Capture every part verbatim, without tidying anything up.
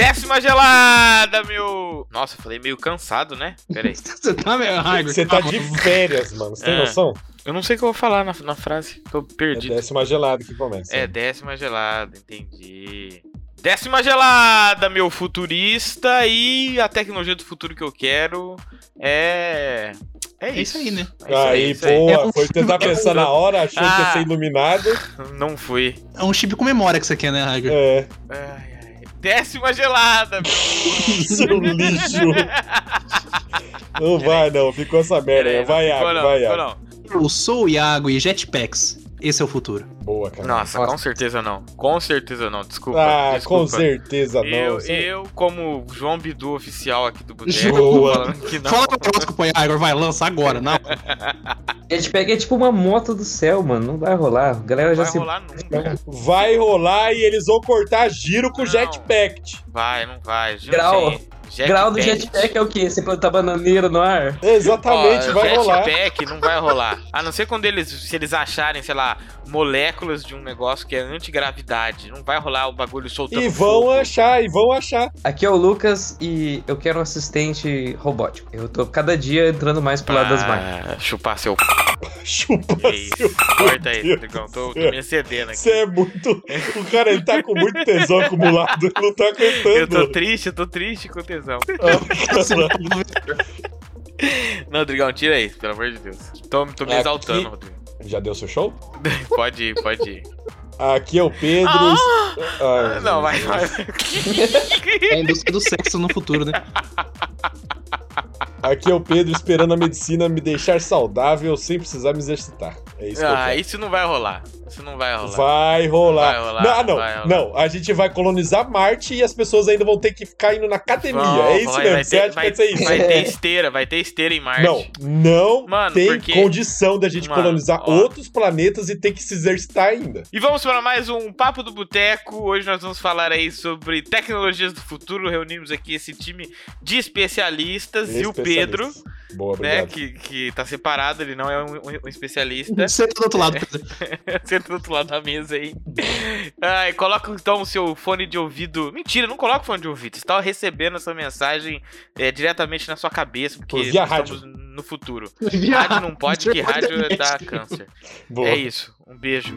Décima gelada, meu... Nossa, eu falei meio cansado, né? Pera aí. Você tá meio raiva. Você tá de férias, mano. Você tem É. noção? Eu não sei o que eu vou falar na, na frase. Tô perdido. É décima gelada que começa. É, décima gelada, entendi. Décima gelada, meu futurista, e a tecnologia do futuro que eu quero é... É isso, É isso aí, né? É isso Aí, isso aí. pô, É um- foi tentar pensar na hora, achou que ia Ah. ser iluminado. Não fui. É um chip com memória que você quer, né, Raiger? É, Ai, ai. Décima gelada, meu. seu lixo. Não vai, não. Ficou essa merda. Pera aí, Vai, não ficou Iago, não, vai, ficou Iago. não. Eu sou o Iago e jetpacks. Esse é o futuro. Boa, cara. Nossa, Nossa. com certeza não. Com certeza não, desculpa. Ah, desculpa. com certeza não. Eu, Você- eu, como João Bidu oficial aqui do Boteco, Boa. tô falando que não. Fala o horóscopo aí, Igor. Vai, lança agora. Não. Jetpack é tipo uma moto do céu, mano. Não vai rolar. A galera Não já vai se. rolar nunca. Vai rolar e eles vão cortar giro com Não. jetpack. Vai, não vai. Gente, Grau. jetpack. Grau do jetpack é o quê? Você plantar bananeira no ar? Exatamente, Ó, vai rolar. jetpack não vai rolar. A não ser quando eles, se eles acharem, sei lá, moléculas de um negócio que é antigravidade. Não vai rolar o bagulho soltando E vão fogo. achar, e vão achar. Aqui é o Lucas e eu quero um assistente robótico. Eu tô cada dia entrando mais pro lado das máquinas. Ah, chupar seu... Chupa Que isso. seu. Corta aí, Deus Drigão. do Tô, tô céu. me excedendo aqui. Você é muito. O cara, ele tá com muito tesão acumulado. Ele não tá Eu tô aguentando. triste, eu tô triste com tesão. Ah, caralho. Não, Drigão, tira isso, pelo amor de Deus. Tô, tô me Aqui- exaltando, Rodrigo. Já deu seu show? Pode ir, pode ir. Aqui é o Pedro. Ah! Ai, Ah, não, vai, Jesus. vai. É a indústria do sexo no futuro, né? Aqui é o Pedro esperando a medicina me deixar saudável sem precisar me exercitar. É isso que eu Ah, quero. isso não vai rolar. Isso não vai rolar. Vai rolar. Vai rolar, Não, não, vai rolar. não. A gente vai colonizar Marte e as pessoas ainda vão ter que ficar indo na academia. Vão, é isso vai- mesmo. vai Você ter- acha que vai- vai ser isso? Vai ter esteira, vai ter esteira em Marte. Não, não Mano, tem porque- condição da gente Mano, colonizar ó. outros planetas e ter que se exercitar ainda. E vamos para mais um Papo do Boteco. Hoje nós vamos falar aí sobre tecnologias do futuro. Reunimos aqui esse time de especialistas e o Pedro, Boa, né, obrigado. que, que tá separado, ele não é um, um- um especialista. Você tá do outro lado, Pedro. Senta do outro lado da mesa aí. Ai, coloca então o seu fone de ouvido. Mentira, não coloca o fone de ouvido. Você tá recebendo essa mensagem é, diretamente na sua cabeça, porque Por via estamos no futuro. Rádio não pode, que rádio dá câncer. Boa. É isso. Um beijo.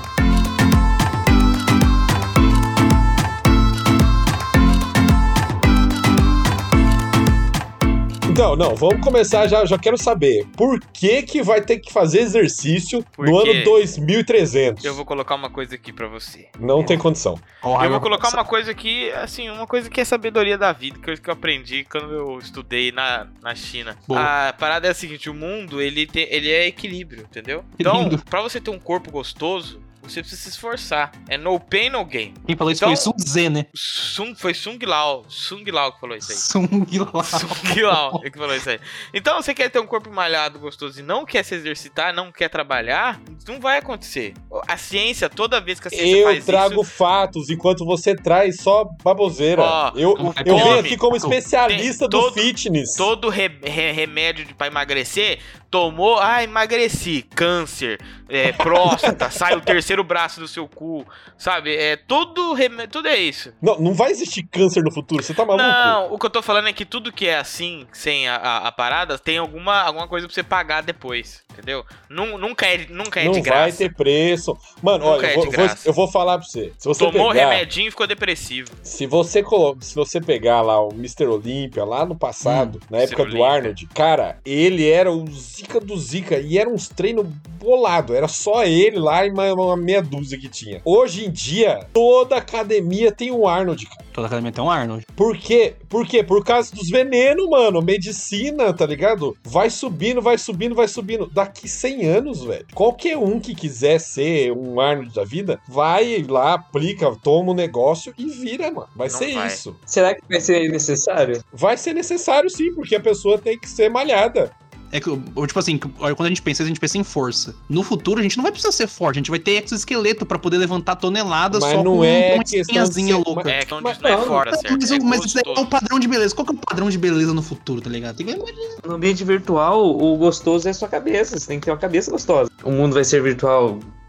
Então, não, vamos começar já. Já quero saber por que que vai ter que fazer exercício Por no quê? ano dois mil e trezentos? Eu vou colocar uma coisa aqui pra você. Não tem condição. Eu vou colocar uma coisa aqui, assim, uma coisa que é sabedoria da vida, que eu, que eu aprendi quando eu estudei na, na China. Boa. A parada é a seguinte, o mundo, ele, tem, ele é equilíbrio, entendeu? Então, Lindo. pra você ter um corpo gostoso, você precisa se esforçar. É no pain, no gain. Quem falou isso Então- foi Sun Tzu, né? Sung, foi Sung Lao. Sung Lao que falou isso aí. Sung Lao. Sung Lao é que falou isso aí. Então, você quer ter um corpo malhado, gostoso e não quer se exercitar, não quer trabalhar, não vai acontecer. A ciência, toda vez que a ciência Eu faz trago isso... fatos, enquanto você traz só baboseira. Ó, eu o eu venho homem aqui como especialista tem do todo- fitness. Todo re- re- remédio de- pra emagrecer, tomou, ah, emagreci, câncer, é, próstata, sai o terceiro braço do seu cu, sabe? É tudo, rem- tudo é isso. Não, não vai existir câncer no futuro, você tá maluco? Não, o que eu tô falando é que tudo que é assim, sem a, a, a parada, tem alguma, alguma coisa pra você pagar depois, entendeu? Nun- Nunca é, nunca é Não de vai graça. ter preço. Mano, Nunca olha, é eu vou, de vou- graça. eu vou falar pra você. Se você Tomou pegar, remedinho e ficou depressivo. Se você, colo... se você pegar lá o mister Olímpia, lá no passado, na mister época do Olympia. Arnold, cara, ele era o zica do zica e era uns treinos bolado. Era só ele lá e uma, uma meia dúzia que tinha. Hoje em dia, toda academia tem um Arnold, cara. Toda academia tem um Arnold. Por quê? Por quê? Por causa dos venenos, mano. Medicina, tá ligado? Vai subindo, vai subindo, vai subindo. Daqui cem anos, velho. Qualquer um que quiser ser um Arnold da vida, vai lá, aplica, toma o negócio e vira, mano. Vai Não ser vai. isso. Será que vai ser necessário? Vai ser necessário sim, porque a pessoa tem que ser malhada. É que, ou, tipo assim, que- olha, quando a gente pensa, a gente pensa em força. No futuro, a gente não vai precisar ser forte, a gente vai ter exoesqueleto pra poder levantar toneladas Mas só não com é uma questão de espinhazinha ser- louca. mas- É, que não Mas diz não é não, fora, Mas, certo? mas, É mas isso é gostoso. o padrão de beleza. Qual que é o padrão de beleza no futuro, tá ligado? Tem que... No ambiente virtual, o gostoso é a sua cabeça. Você tem que ter uma cabeça gostosa. O mundo vai ser virtual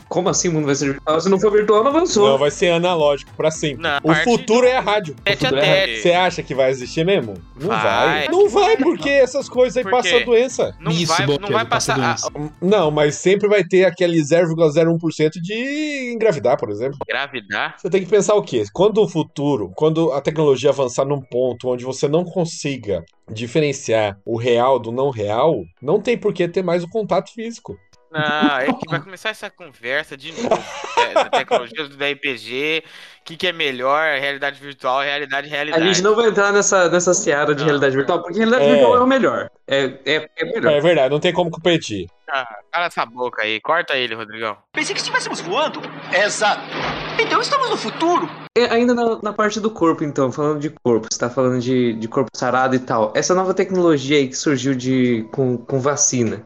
como assim o mundo vai ser virtual? Se não for virtual, não avançou. Não, vai ser analógico pra sempre. Na O parte futuro é a rádio. Tete a futuro é- tete. Você acha que vai existir mesmo? Não vai. Vai. Não vai, porque essas coisas aí Por passam quê? a doença. Não Isso, vai, boa, não Pedro, vai passa passar. doença. A, Não, mas sempre vai ter aquele zero vírgula zero um por cento de engravidar, por exemplo. gravidar. Você tem que pensar o quê? Quando o futuro, quando a tecnologia avançar num ponto onde você não consiga diferenciar o real do não real, não tem por que ter mais o contato físico. Não, é que vai começar essa conversa de novo. É, da tecnologia do R P G, o que, que é melhor, realidade virtual, realidade, A realidade. gente não vai entrar nessa, nessa seara de Não, realidade não. virtual, porque realidade É. virtual é o melhor. É, é, é melhor. É verdade, não tem como competir. Ah, cala essa boca aí, corta ele, Rodrigão. Pensei que estivéssemos voando. Exato. Então estamos no futuro. É, ainda na, na parte do corpo, então, falando de corpo, você tá falando de, de corpo sarado e tal. Essa nova tecnologia aí que surgiu de, com, com vacina,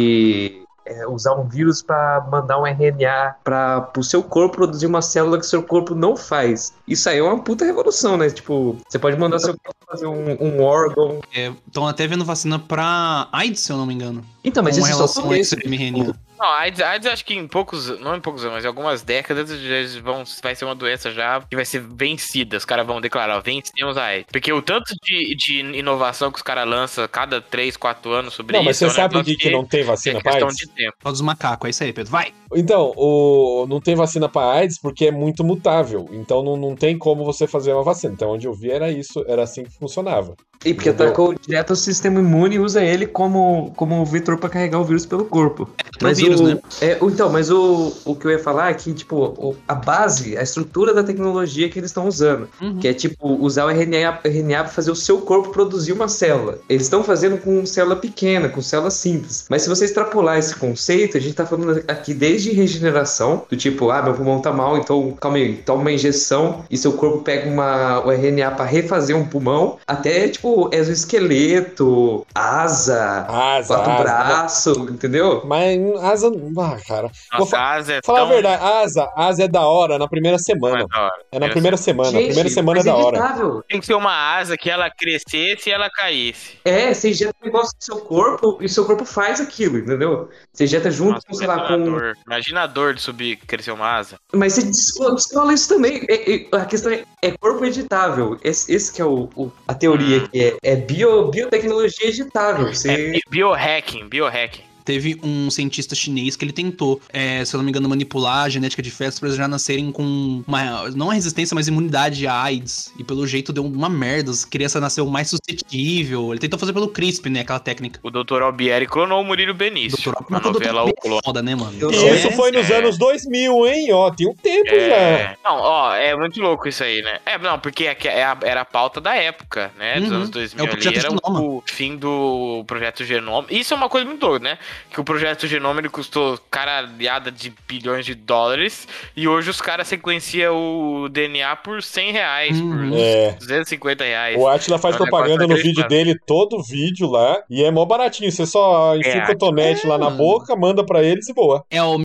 de é, usar um vírus pra mandar um R N A pra, pro seu corpo produzir uma célula que seu corpo não faz. Isso aí é uma puta revolução, né? Tipo, você pode mandar seu corpo fazer um, um órgão. Estão até vendo vacina pra AIDS, se eu não me engano. Então, mas com isso só relação foi a esse. esse M R N A. Não, a AIDS, a AIDS acho que em poucos, não em poucos anos, mas em algumas décadas já vão, vai ser uma doença já que vai ser vencida. Os caras vão declarar, ó, vencemos a AIDS. Porque o tanto de, de inovação que os caras lançam cada três, quatro anos sobre Não, isso. mas você é um sabe por negócio que, que não tem é vacina pra questão AIDS? de tempo. Só dos macacos, é isso aí, Pedro. Vai! Então, o... não tem vacina pra AIDS porque é muito mutável. Então não, não tem como você fazer uma vacina. Então, onde eu vi era isso, era assim que funcionava. E porque Entendeu? atacou direto o sistema imune e usa ele como, como vetor pra carregar o vírus pelo corpo. Mas vírus, o, né? é, o- então, mas o, o que eu ia falar é que, tipo, o- a base, a estrutura da tecnologia que eles estão usando, Uhum. que é, tipo, usar o R N A, R N A pra fazer o seu corpo produzir uma célula. Eles estão fazendo com célula pequena, com célula simples. Mas se você extrapolar esse conceito, a gente tá falando aqui desde regeneração, do tipo, ah, meu pulmão tá mal, então, calma aí, toma uma injeção e seu corpo pega uma, o R N A pra refazer um pulmão, até, tipo, exoesqueleto, asa, Asa, quatro asa. braços, entendeu? Mas asa. Ah, cara. Vou Nossa, fa- a asa é falar tão... a verdade, asa, asa é da hora na primeira Não semana. é da hora. É na Eu primeira sei. semana. A primeira semana é mas da hora. evitável. Tem que ser uma asa que ela crescesse e ela caísse. É, você injeta um negócio no seu corpo e seu corpo faz aquilo, entendeu? Você injeta junto Nossa, com, sei lá, com. imagina a dor. Imagina a dor de subir, crescer uma asa. Mas você descola isso também. É- é- a questão é, é corpo editável. Esse, esse que é o, o- a teoria aqui. É, é bio, biotecnologia editável. Você... É bi- biohacking, biohacking. Teve um cientista chinês que ele tentou, é, se eu não me engano, manipular a genética de festas para eles já nascerem com uma, não a resistência, mas imunidade à AIDS. E pelo jeito deu uma merda, as crianças nasceram mais suscetível. Ele tentou fazer pelo CRISPR, né, aquela técnica. O doutor Albieri clonou o Murilo Benício. Doutor, Na novela O Clone. foda, né, mano? Eu- E É, isso foi nos é. anos dois mil, hein? Ó, tem um tempo já. É, não, ó, é muito louco isso aí, né? É, não, porque é que é a- era a pauta da época, né? Dos Uhum. anos dois mil É o ali, projeto era Genoma. o fim do projeto Genoma. Isso é uma coisa muito doida, né? Que o projeto Genoma, ele custou caralhada de bilhões de dólares, e hoje os caras sequenciam o D N A por cem reais, Uhum. por É. duzentos e cinquenta reais. O Atila faz É um propaganda negócio no vídeo inacreditável. dele, todo vídeo lá, e é mó baratinho. Você só enfia É, o cotonete lá na mano. boca, manda pra eles e boa. É o...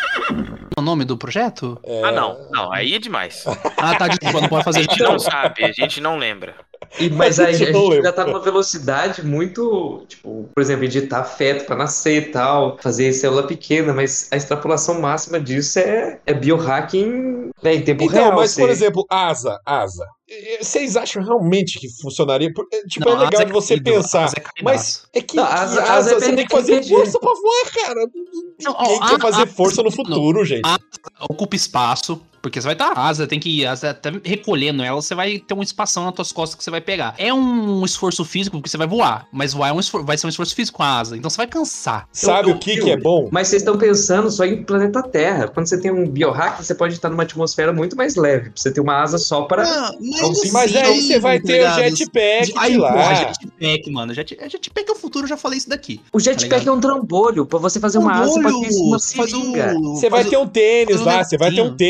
o nome do projeto? É. Ah, não, não, aí é demais. Ah, tá, desculpa, não pode A fazer gente isso. não sabe, a gente não lembra. E, mas aí a gente gente não lembra. já tá numa velocidade muito, tipo, por exemplo, editar feto pra nascer e tal, fazer célula pequena, mas a extrapolação máxima disso é, é biohacking, né, em tempo Então, real. mas por você- exemplo, asa, asa. E- Vocês acham realmente que funcionaria? Por- é, Tipo, Não, é legal asa de você caído, pensar. asa é caidaço. Mas é que, Não, que asa- asa, asa é você tem que fazer R P G. força pra voar, cara. Não, ó, Ninguém a- quer fazer a- força no não. futuro, gente. A- Ocupa espaço, porque você vai estar asa, tem que ir asa, até recolhendo ela, você vai ter um espação nas tuas costas que você vai pegar. É um esforço físico, porque você vai voar, mas voar é um esfor- vai ser um esforço físico com a asa, então você vai cansar. Sabe eu- o que, eu- que é bom? Mas vocês estão pensando só em planeta Terra. Quando você tem um biohack, você pode estar numa atmosfera muito mais leve. Você ter uma asa só para. Ah, Então, sim, Mas aí você vai tá ter o ligado? jetpack Aí, de lá. porra, jetpack, mano. Jet, jetpack é o futuro, eu já falei isso daqui. O jetpack ligado? é um trambolho. Pra você fazer uma asa, você pode ter isso numa Você faz seringa. o... Você vai faz ter um tênis faz um lá, você vai ter um negocinho. tênis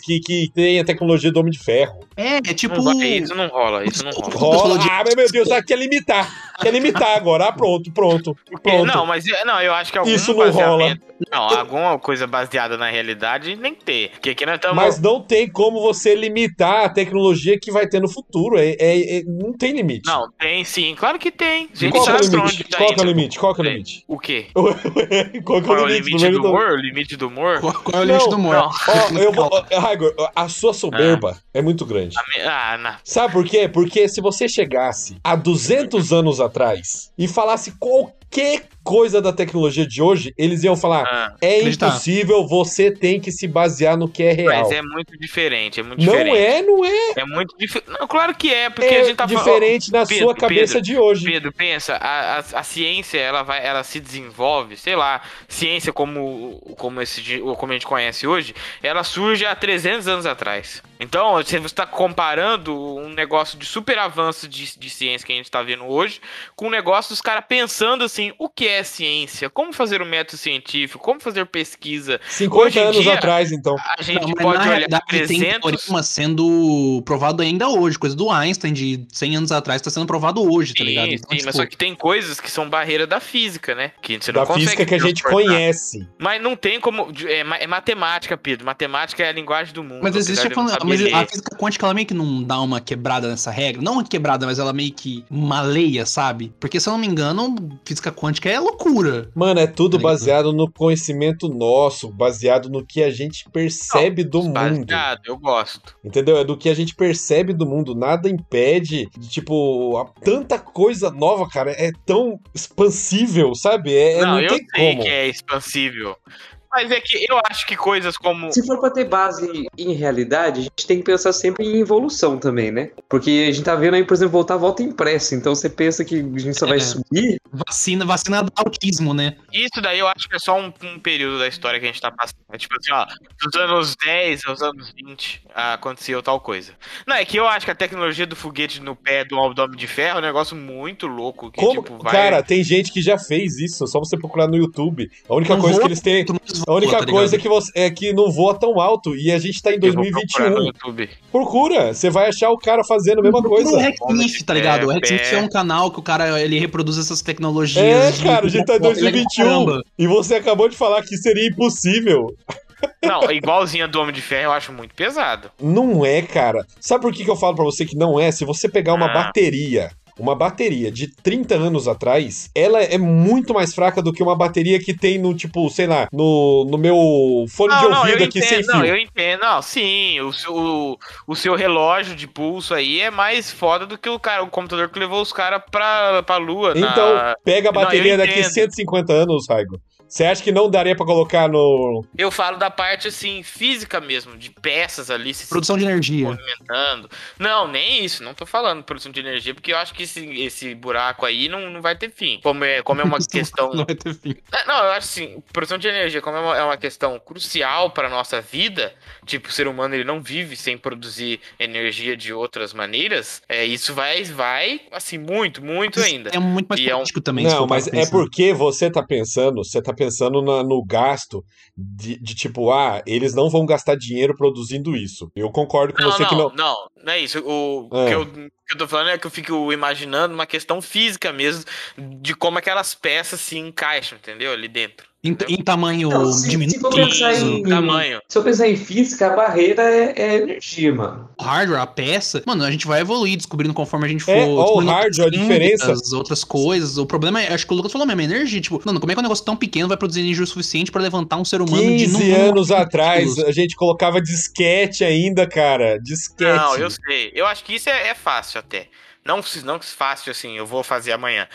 que, que tem a tecnologia do Homem de Ferro. É, é tipo... Não vai, isso não rola, isso não rola. Rola. Ah, meu Deus, ah, quer limitar. Quer limitar agora. Ah, pronto, pronto. pronto. Não, mas não, eu acho que algum Isso não rola. Não, alguma coisa baseada na realidade nem ter. Porque aqui nós estamos... Mas não tem como você limitar a tecnologia que vai ter no futuro. É, é- é- não tem limite. Não, tem sim, claro que tem. A gente Qual que é o sabe pra limite? onde tá Qual que é o indo. limite? Qual que é o Tem. limite? O quê? Qual que Qual é o do limite do Não, humor? O limite do humor? Qual, qual é o limite Não, do humor? não. Ó, eu vou. ó, Raigor, a sua soberba é muito grande. Ah, não. Sabe por quê? Porque se você chegasse há duzentos anos atrás e falasse qualquer coisa da tecnologia de hoje, eles iam falar: Ah, é Acreditar. impossível, você tem que se basear no que é real. mas é muito diferente, é muito Não diferente. é, não é. É muito diferente. Não, claro que é, porque É a gente tá falando. diferente na Pedro, sua cabeça Pedro, de hoje. Pedro, pensa, a, a, a ciência, ela vai, ela se desenvolve, sei lá, ciência como, como, esse, de- como a gente conhece hoje, ela surge há trezentos anos atrás. Então, você está comparando um negócio de super avanço de, de ciência que a gente está vendo hoje com um negócio dos caras pensando assim, o que é ciência? Como fazer um método científico? Como fazer pesquisa? cinquenta Hoje em anos dia, atrás, então. A gente Não, mas pode na olhar realidade tem trezentos... teorema sendo provado ainda hoje, coisa do Einstein de cem anos atrás tá sendo provado hoje, tá Sim, ligado? sim, Então, mas tipo, só que tem coisas que são barreira da física, né? Que você não Da consegue física que a gente transportar. conhece. Mas não tem como. É, ma- é matemática, Pedro. Matemática é a linguagem do mundo. Mas existe apesar de eu não falando, saber mas a ler. física quântica ela meio que não dá uma quebrada nessa regra, não uma quebrada, mas ela meio que maleia, sabe? Porque se eu não me engano, física quântica é loucura. Mano, é tudo Tá ligado? baseado no conhecimento nosso, baseado no que a gente percebe do mundo. Baseado, eu gosto. Entendeu? É do que a gente percebe do mundo. Nada impede de, tipo, a- tanta coisa nova, cara. É tão expansível, sabe? É, não, não eu tem sei como. que é expansível. Mas é que eu acho que coisas como. Se for pra ter base em realidade, a gente tem que pensar sempre em evolução também, né? Porque a gente tá vendo aí, por exemplo, voltar a volta impressa. Então você pensa que a gente só vai É. subir. Vacina, vacina do autismo, né? Isso daí eu acho que é só um, um período da história que a gente tá passando. É tipo assim, ó, dos anos dez aos anos vinte aconteceu tal coisa. Não, é que eu acho que a tecnologia do foguete no pé do Homem de Ferro é um negócio muito louco. Que, Como? tipo, vai... Cara, tem gente que já fez isso. É só você procurar no YouTube. A única Não coisa voa que eles têm. muito, mas A única voa, tá coisa ligado? que você, é que não voa tão alto. E a gente tá em eu vou dois mil e vinte e procurar no um. YouTube. Procura. Você vai achar o cara fazendo a mesma Procura coisa. O Rexnif, tá ligado? O É, Rexnif é. é um canal que o cara ele reproduz essas tecnologias. É, de- cara, a gente tá em dois mil e vinte e um. Caramba. E você acabou de falar que seria impossível. Não, igualzinha do Homem de Ferro eu acho muito pesado. Não é, cara. Sabe por que, que eu falo pra você que não é? Se você pegar uma Ah. bateria, uma bateria de trinta anos atrás, ela é muito mais fraca do que uma bateria que tem no, tipo, sei lá, no, no meu fone de Não, não, ouvido eu aqui sem entendo, fio. não, eu entendo, não, sim, o, seu- o, o seu relógio de pulso aí é mais foda do que o cara, o computador que levou os caras pra, pra lua. Então, na- pega a Não, eu bateria daqui entendo. cento e cinquenta anos, Raigo. Você acha que não daria pra colocar no... Eu falo da parte, assim, física mesmo, de peças ali se Produção de energia. movimentando. Não, nem isso, não tô falando produção de energia, porque eu acho que esse, esse buraco aí não, não vai ter fim. Como é, como é uma questão... Não vai ter fim. É, Não, eu acho assim, produção de energia, como é uma, é uma questão crucial para nossa vida, tipo, o ser humano ele não vive sem produzir energia de outras maneiras, é, isso vai, vai, assim, muito, muito ainda. É muito mais E é um- prático também. se Não, for mas pra é pensar. porque você tá pensando, você tá pensando na- no gasto de, de tipo, ah, eles não vão gastar dinheiro produzindo isso. Eu concordo com Não, você não, que não. não, não é isso. O É. que, eu, que eu tô falando é que eu fico imaginando uma questão física mesmo, de como aquelas peças se encaixam, entendeu? Ali dentro. Em, em tamanho Não, se- se diminuto, for pensar em- tamanho. Se eu pensar em física, a barreira é, é energia, mano. o hardware, a peça, mano, a gente vai evoluir descobrindo conforme a gente for. É, ó, o descobrindo hardware, a outras diferença. técnicas, outras coisas. O problema é, acho que o Lucas falou mesmo, é energia. Tipo, mano, como é que um negócio tão pequeno vai produzir energia o suficiente pra levantar um ser humano de quinze não- não- anos atrás, quilos? a gente colocava disquete ainda, cara. Disquete. Não, eu sei. Eu acho que isso é, é fácil até. Não, não fácil assim, eu vou fazer amanhã.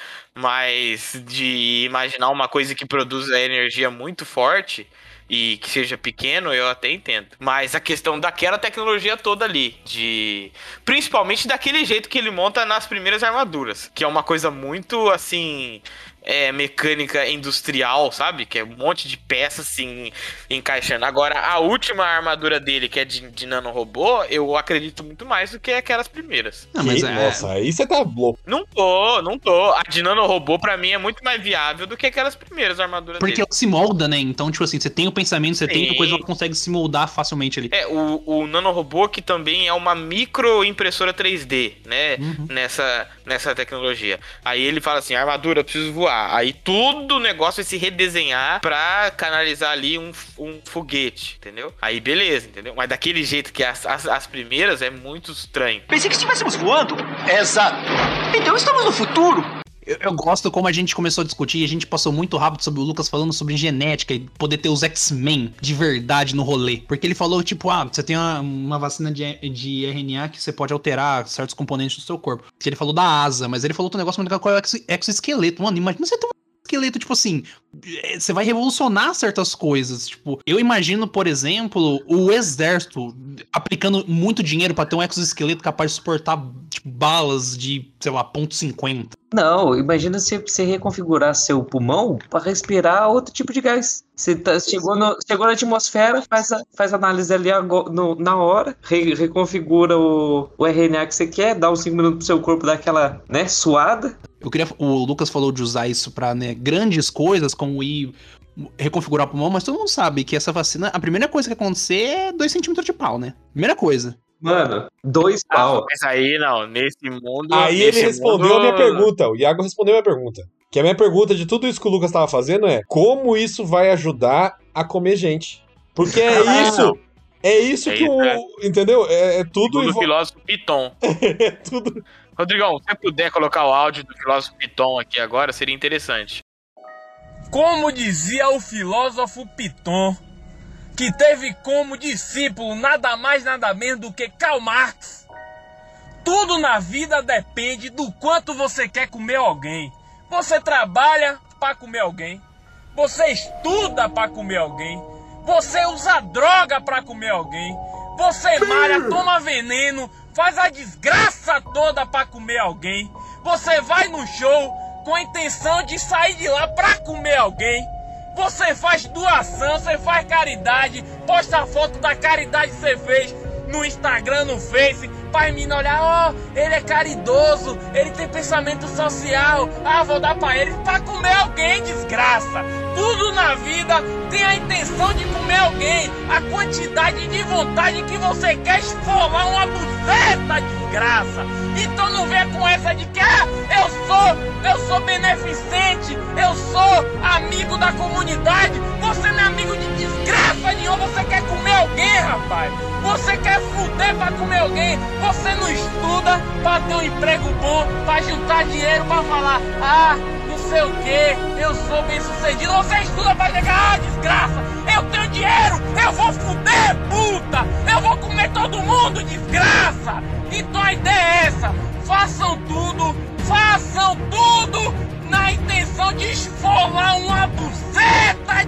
Mas de imaginar uma coisa que produza energia muito forte e que seja pequeno, eu até entendo. Mas a questão daquela tecnologia toda ali, de principalmente daquele jeito que ele monta nas primeiras armaduras, que é uma coisa muito assim é, mecânica industrial, sabe? Que é um monte de peças assim encaixando. Agora, a última armadura dele, que é de, de nanorobô, eu acredito muito mais do que aquelas primeiras. Não, mas Que- é... Nossa, aí você tá louco. Não tô, não tô. A de nanorobô, pra mim, é muito mais viável do que aquelas primeiras armaduras Porque dele. ela se molda, né? Então, tipo assim, você tem o pensamento, você tem a Sim. coisa, ela consegue se moldar facilmente ali. É, o, o nanorobô que também é uma micro impressora três D, né? Uhum. Nessa, nessa tecnologia. Aí ele fala assim, armadura, eu preciso voar. Aí tudo o negócio é se redesenhar pra canalizar ali um, um foguete, entendeu? Aí beleza, entendeu? Mas daquele jeito que as, as, as primeiras é muito estranho. Pensei que estivéssemos voando. Exato. Então estamos no futuro. Eu, eu gosto como a gente começou a discutir e a gente passou muito rápido sobre o Lucas falando sobre genética e poder ter os X-Men de verdade no rolê. Porque ele falou, tipo, ah, você tem uma, uma vacina de, de R N A que você pode alterar certos componentes do seu corpo. Que ele falou da asa, mas ele falou outro negócio muito legal, qual é o exo- exoesqueleto. Mano, imagina você ter um esqueleto, tipo assim, você vai revolucionar certas coisas. Tipo, eu imagino, por exemplo, o exército aplicando muito dinheiro pra ter um exoesqueleto capaz de suportar, tipo, balas de, sei lá, ponto cinquenta. Não, imagina se você reconfigurar seu pulmão para respirar outro tipo de gás. Você tá- chegou, no- chegou na atmosfera, faz, a, faz análise ali ago- no- na hora, re- reconfigura o, o R N A que você quer, dá uns cinco minutos pro seu corpo dar aquela, né, suada. Eu queria. O Lucas falou de usar isso pra, né, grandes coisas, como ir reconfigurar o pulmão, mas todo mundo sabe que essa vacina, a primeira coisa que acontecer é dois centímetros de pau, né? Primeira coisa. Mano, dois Ah, pau. mas aí não, nesse mundo. Aí nesse ele respondeu mundo- a minha pergunta. O Iago respondeu a minha pergunta. Que a minha pergunta de tudo isso que o Lucas tava fazendo é: como isso vai ajudar a comer gente? Porque é Ah, isso. É isso É que isso, o. é. Entendeu? É, é tudo. Segundo o envo- filósofo Piton. É tudo. Rodrigão, se você puder colocar o áudio do filósofo Piton aqui agora, seria interessante. Como dizia o filósofo Piton, que teve como discípulo nada mais nada menos do que Karl Marx, tudo na vida depende do quanto você quer comer alguém. Você trabalha para comer alguém, você estuda para comer alguém, você usa droga para comer alguém, você malha, toma veneno, faz a desgraça toda para comer alguém, você vai no show com a intenção de sair de lá pra comer alguém. Você faz doação, você faz caridade, posta a foto da caridade que você fez no Instagram, no Face, pra menina olhar, ó, oh, ele é caridoso, ele tem pensamento social, ah, vou dar pra ele pra comer alguém, desgraça. Tudo na vida tem a intenção de comer alguém, a quantidade de vontade que você quer esfolar uma buceta, desgraça. Então não venha com essa de que, ah, eu sou, eu sou beneficente, eu sou amigo da comunidade. Você não é amigo de desgraça nenhuma, você quer comer alguém, rapaz. Você quer fuder pra comer alguém. Você não estuda pra ter um emprego bom, pra juntar dinheiro, pra falar, ah, não sei o que, eu sou bem sucedido. Você estuda pra chegar, ah, desgraça, eu tenho dinheiro, eu vou fuder, puta, eu vou comer todo mundo, desgraça. Então a ideia é essa, façam tudo, façam tudo na intenção de esfolar uma buceta,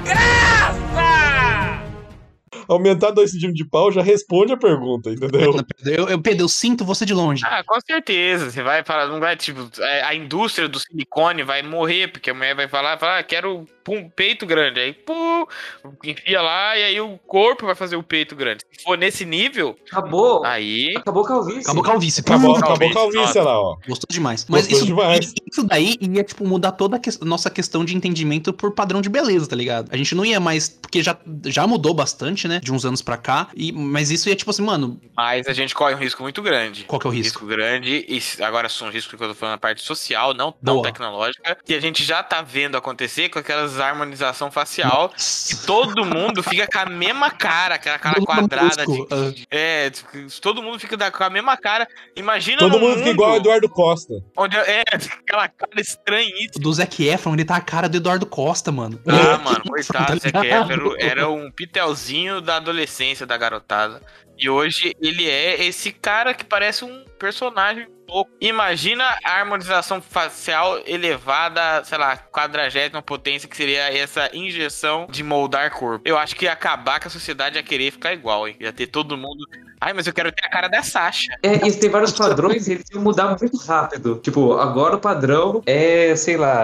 desgraça. Aumentar dois centímetros de pau já responde a pergunta, entendeu? Eu, eu, Pedro, eu sinto você de longe. Ah, com certeza. Você vai falar, não vai, tipo, é, a indústria do silicone vai morrer, porque a mulher vai falar, falar, ah, quero um peito grande. Aí, pô, enfia lá e aí o corpo vai fazer o peito grande. Se for nesse nível, Acabou. aí. Acabou calvície. Acabou calvície. Acabou, Pum, acabou a calvície, calvície lá, ó. Gostou demais. Mas Gostou isso, demais. isso daí ia, tipo, mudar toda a que- nossa questão de entendimento por padrão de beleza, tá ligado? A gente não ia mais... Porque já, já mudou bastante, né? De uns anos pra cá. E, mas isso ia, tipo assim, mano... Mas a gente corre um risco muito grande. Qual que é o Um risco? risco grande, e agora são um risco que eu tô falando na parte social, não tão Boa. tecnológica, que a gente já tá vendo acontecer com aquelas harmonização facial, que todo mundo fica com a mesma cara, aquela cara Todo mundo quadrada. brusco, De, é, todo mundo fica da- com a mesma cara. Imagina Todo num mundo fica igual o Eduardo Costa. onde é aquela cara estranhíssima. Do Zac Efron, ele tá a cara do Eduardo Costa, mano. Ah, mano, coitado, Zac Tá ligado? Efron era um pitelzinho da adolescência da garotada. E hoje ele é esse cara que parece um personagem louco. Imagina a harmonização facial elevada, sei lá, quadragésima potência, que seria essa injeção de moldar corpo. Eu acho que ia acabar que a sociedade ia querer ficar igual, hein? Ia ter todo mundo... Ai, mas eu quero ter a cara da Sasha. É, e tem vários padrões e eles iam mudar muito rápido. Tipo, agora o padrão é, sei lá,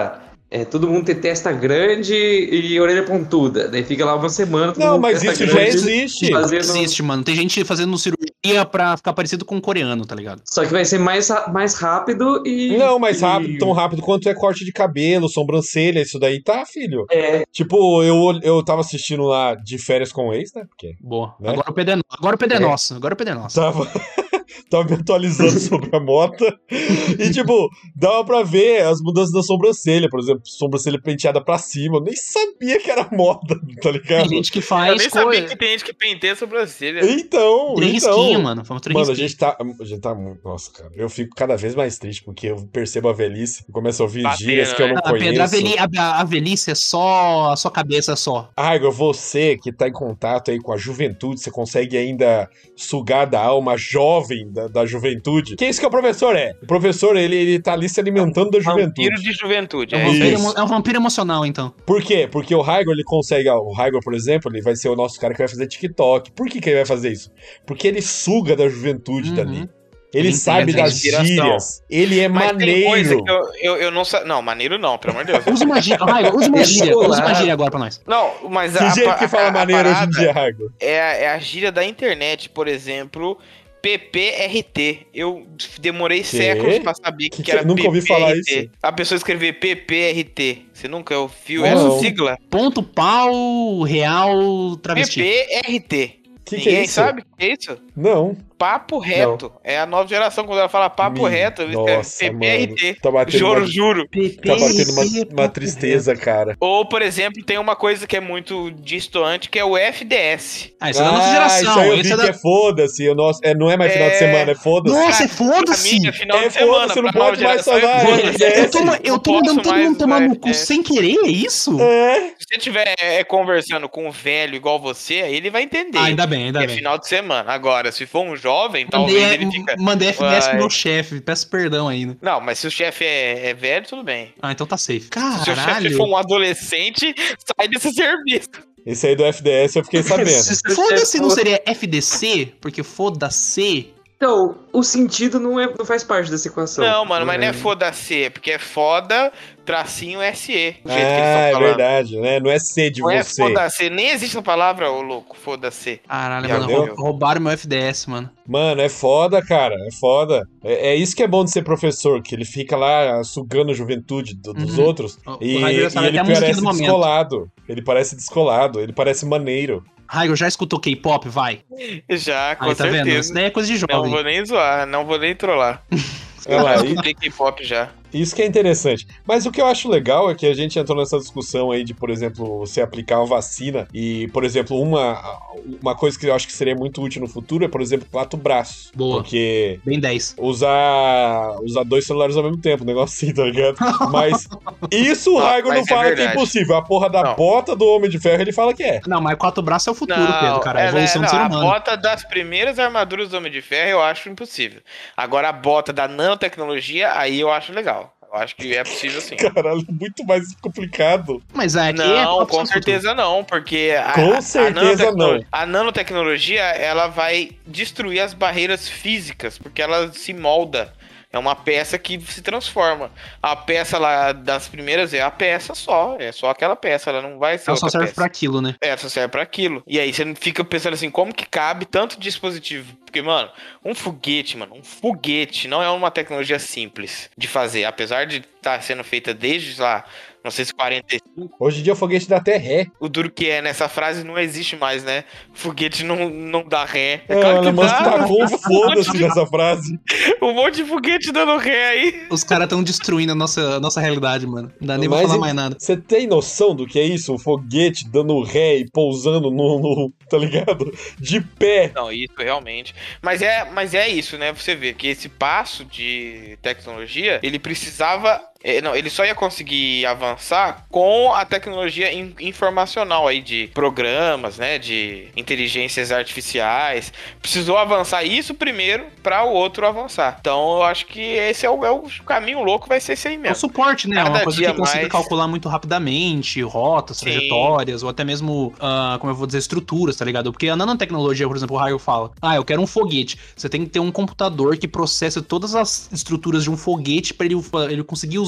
É, todo mundo tem testa grande e orelha pontuda. Daí fica lá uma semana. todo Não, mundo mas testa isso já grande, existe. fazendo- Existe, mano. Tem gente fazendo cirurgia pra ficar parecido com um coreano, tá ligado? Só que vai ser mais, ra- mais rápido e. Não, mais e- rápido, tão rápido quanto é corte de cabelo, sobrancelha, isso daí tá, filho. É, Tipo, eu, eu tava assistindo lá De Férias com o Ex, né? Porque Boa. Né? Agora o Pedro é nosso. Agora o Pedro é É. nosso. Agora o Pedro é nosso. tava, tava me atualizando sobre a moto. E, tipo, dava pra ver as mudanças da sobrancelha, por exemplo, sobrancelha penteada pra cima. Eu nem sabia que era moda, tá ligado? Tem gente que Eu faz nem sabia coisa. que tem gente que penteia a sobrancelha. Então, Três então. risquinhos, mano. Fomos três Mano, a risquinhos. gente tá. A gente tá muito. Nossa, cara. Eu fico cada vez mais triste porque eu percebo a velhice e começo a ouvir Batendo, gírias que eu não Ah, Pedro, a, conheço. veli, a, a velhice é só a sua cabeça só. Ah, Igor, você que tá em contato aí com a juventude, você consegue ainda sugar da alma jovem da, da juventude. Que é isso que o professor é? O professor, ele, ele tá ali se alimentando da Vampiro juventude. de juventude. É um, É vampiro, Isso. emo- é um vampiro emocional, então. Por quê? Porque o Raigor, ele consegue... ó, o Raigor, por exemplo, ele vai ser o nosso cara que vai fazer TikTok. Por que que ele vai fazer isso? Porque ele suga da juventude Uhum. dali. Ele Ele sabe entende a das inspiração. gírias. Ele é Mas tem coisa maneiro. que eu, eu, eu não sa... Não, maneiro não, pelo amor de Deus. Usa uma gíria. Raio, usa uma Deixa gíria. eu Usa lá. uma gíria agora pra nós. Não, mas Que a, jeito a- que fala a- a maneiro hoje em parada dia, Raigor? É, a- é a gíria da internet, por exemplo, P P R T. Eu demorei séculos pra saber que, Que que era que- nunca ouvi P P R T. falar isso. A pessoa escrever P P R T. Você nunca ouviu Não. essa sigla? Ponto, pau, real, travesti. P P R T. Que que é Ninguém isso? sabe o que é isso? Não. Papo reto. É a nova geração, quando ela fala papo Me- reto, ela escreve Nossa, P P R T. mano. Tá batendo Juro, uma- juro. Tá batendo uma, uma tristeza, cara. Ou, por exemplo, tem uma coisa que é muito distoante, que é o F D S. Ah, isso é da nossa geração. Isso aí eu vi Esse é que da... é foda-se. o nosso- é, não é mais final de É. semana, é foda-se. Nossa, é Pra foda-se! mim, é final É de semana. foda-se, não pra nova pode mais geração, falar, é é foda-se. F D S. Eu tô, ma- eu Não tô mandando posso todo mais mundo tomar usar no cu F D S. sem querer, é isso? É. Se você estiver é, conversando com um velho igual você, aí ele vai entender. Ah, ainda bem, ainda é bem. final de semana. Agora, se for um jovem, Mandei, talvez ele fica... mandei F D S pro Uai. meu chefe, peço perdão ainda. Não, mas se o chefe é, é velho, tudo bem. Ah, então tá safe. Se o seu chefe Caralho. for um adolescente, sai desse serviço. Esse aí do F D S eu fiquei sabendo. Foda-se, não seria F D C? Porque foda-se. Então, o sentido não, é, não faz parte dessa equação. Não, mano, mas não é É. foda-se, é porque é foda, tracinho S E. Do Ah, jeito que eles é estão falando. verdade, né? Não é ser de Não é você. foda-se, nem existe a palavra, ô louco, foda-se. Caralho, Já mano, viu? rou- roubaram meu F D S, mano. Mano, é foda, cara. É foda. É, é isso que é bom de ser professor, que ele fica lá sugando a juventude do- dos Uhum. outros. O- E, o Raider e sabe ele até a musiquinha parece do momento. descolado. Ele parece descolado, ele parece maneiro. Raigo, já escutou K-pop? Vai. Já, com Aí, tá vendo? Isso certeza. daí é coisa de Não jovem. vou nem zoar, não vou nem trollar. Olha lá, Eu e- escutei K-pop já. Isso que é interessante. Mas o que eu acho legal é que a gente entrou nessa discussão aí de, por exemplo, você aplicar uma vacina e, por exemplo, uma, uma coisa que eu acho que seria muito útil no futuro é, por exemplo, quatro braços. Boa. Porque Bem dez. usar usar dois celulares ao mesmo tempo, um negócio assim, tá ligado? Mas isso o Não, Raigor não mas é fala que é verdade. impossível. A porra da Não. bota do Homem de Ferro ele fala que é. Não, mas quatro braços é o futuro, Pedro, cara. A é, evolução né, do ser não, humano. A bota das primeiras armaduras do Homem de Ferro eu acho impossível. Agora a bota da nanotecnologia, aí eu acho legal. Eu acho que é possível sim. Caralho, muito mais complicado. Mas aqui é Não, a com opção do certeza não, porque a, Com a- certeza a nanotecno- não. A nanotecnologia, ela vai destruir as barreiras físicas, porque ela se molda. É uma peça que se transforma. A peça lá das primeiras é a peça só, é só aquela peça, ela não vai ser futuro. Ela só outra serve peça. pra aquilo, né? É, só serve pra aquilo. E aí você fica pensando assim, como que cabe tanto dispositivo? Porque, mano, um foguete, mano, um foguete não é uma tecnologia simples de fazer. Apesar de estar sendo feita desde lá, não sei se quarenta e cinco, Hoje em dia o foguete dá até ré. o duro que é nessa frase não existe mais, né? Foguete não, não dá ré. É É, claro que ela mano, dá. tacou um foda-se nessa frase. Um monte de foguete dando ré aí. Os caras tão destruindo a nossa, a nossa realidade, mano. Não dá nem pra Mas falar e- mais nada. Você tem noção do que é isso? Um foguete dando ré e pousando no, no- tá ligado? De pé. Não, isso realmente. Mas é, mas é isso, né? Você vê que esse passo de tecnologia, ele precisava. é, não, ele só ia conseguir avançar com a tecnologia in- informacional aí de programas, né? De inteligências artificiais. Precisou avançar isso primeiro para o outro avançar. Então eu acho que esse é o, é o caminho louco, vai ser esse aí É o mesmo. suporte, né? É Cada uma coisa dia que consiga mais- calcular muito rapidamente rotas, Sim. trajetórias, ou até mesmo, ah, como eu vou dizer, estruturas, tá ligado? Porque a nanotecnologia, por exemplo, o Raio fala, ah, eu quero um foguete. Você tem que ter um computador que processe todas as estruturas de um foguete pra ele, ele conseguir usar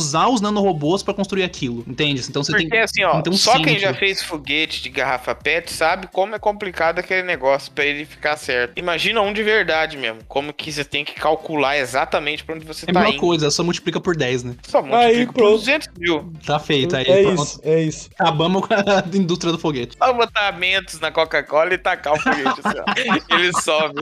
usar os nanorobôs pra construir aquilo, entende? Então você Porque tem assim, ó, tem um só quem centro. já fez foguete de garrafa pet sabe como é complicado aquele negócio pra ele ficar certo. Imagina um de verdade mesmo, como que você tem que calcular exatamente pra onde você É a tá mesma indo. coisa, só multiplica por dez, né? Só multiplica por pronto. duzentos mil. Tá feito. Aí É pronto. isso, é isso. Acabamos com a indústria do foguete. Só botar mentos na Coca-Cola e tacar o foguete assim, ó. Ele sobe.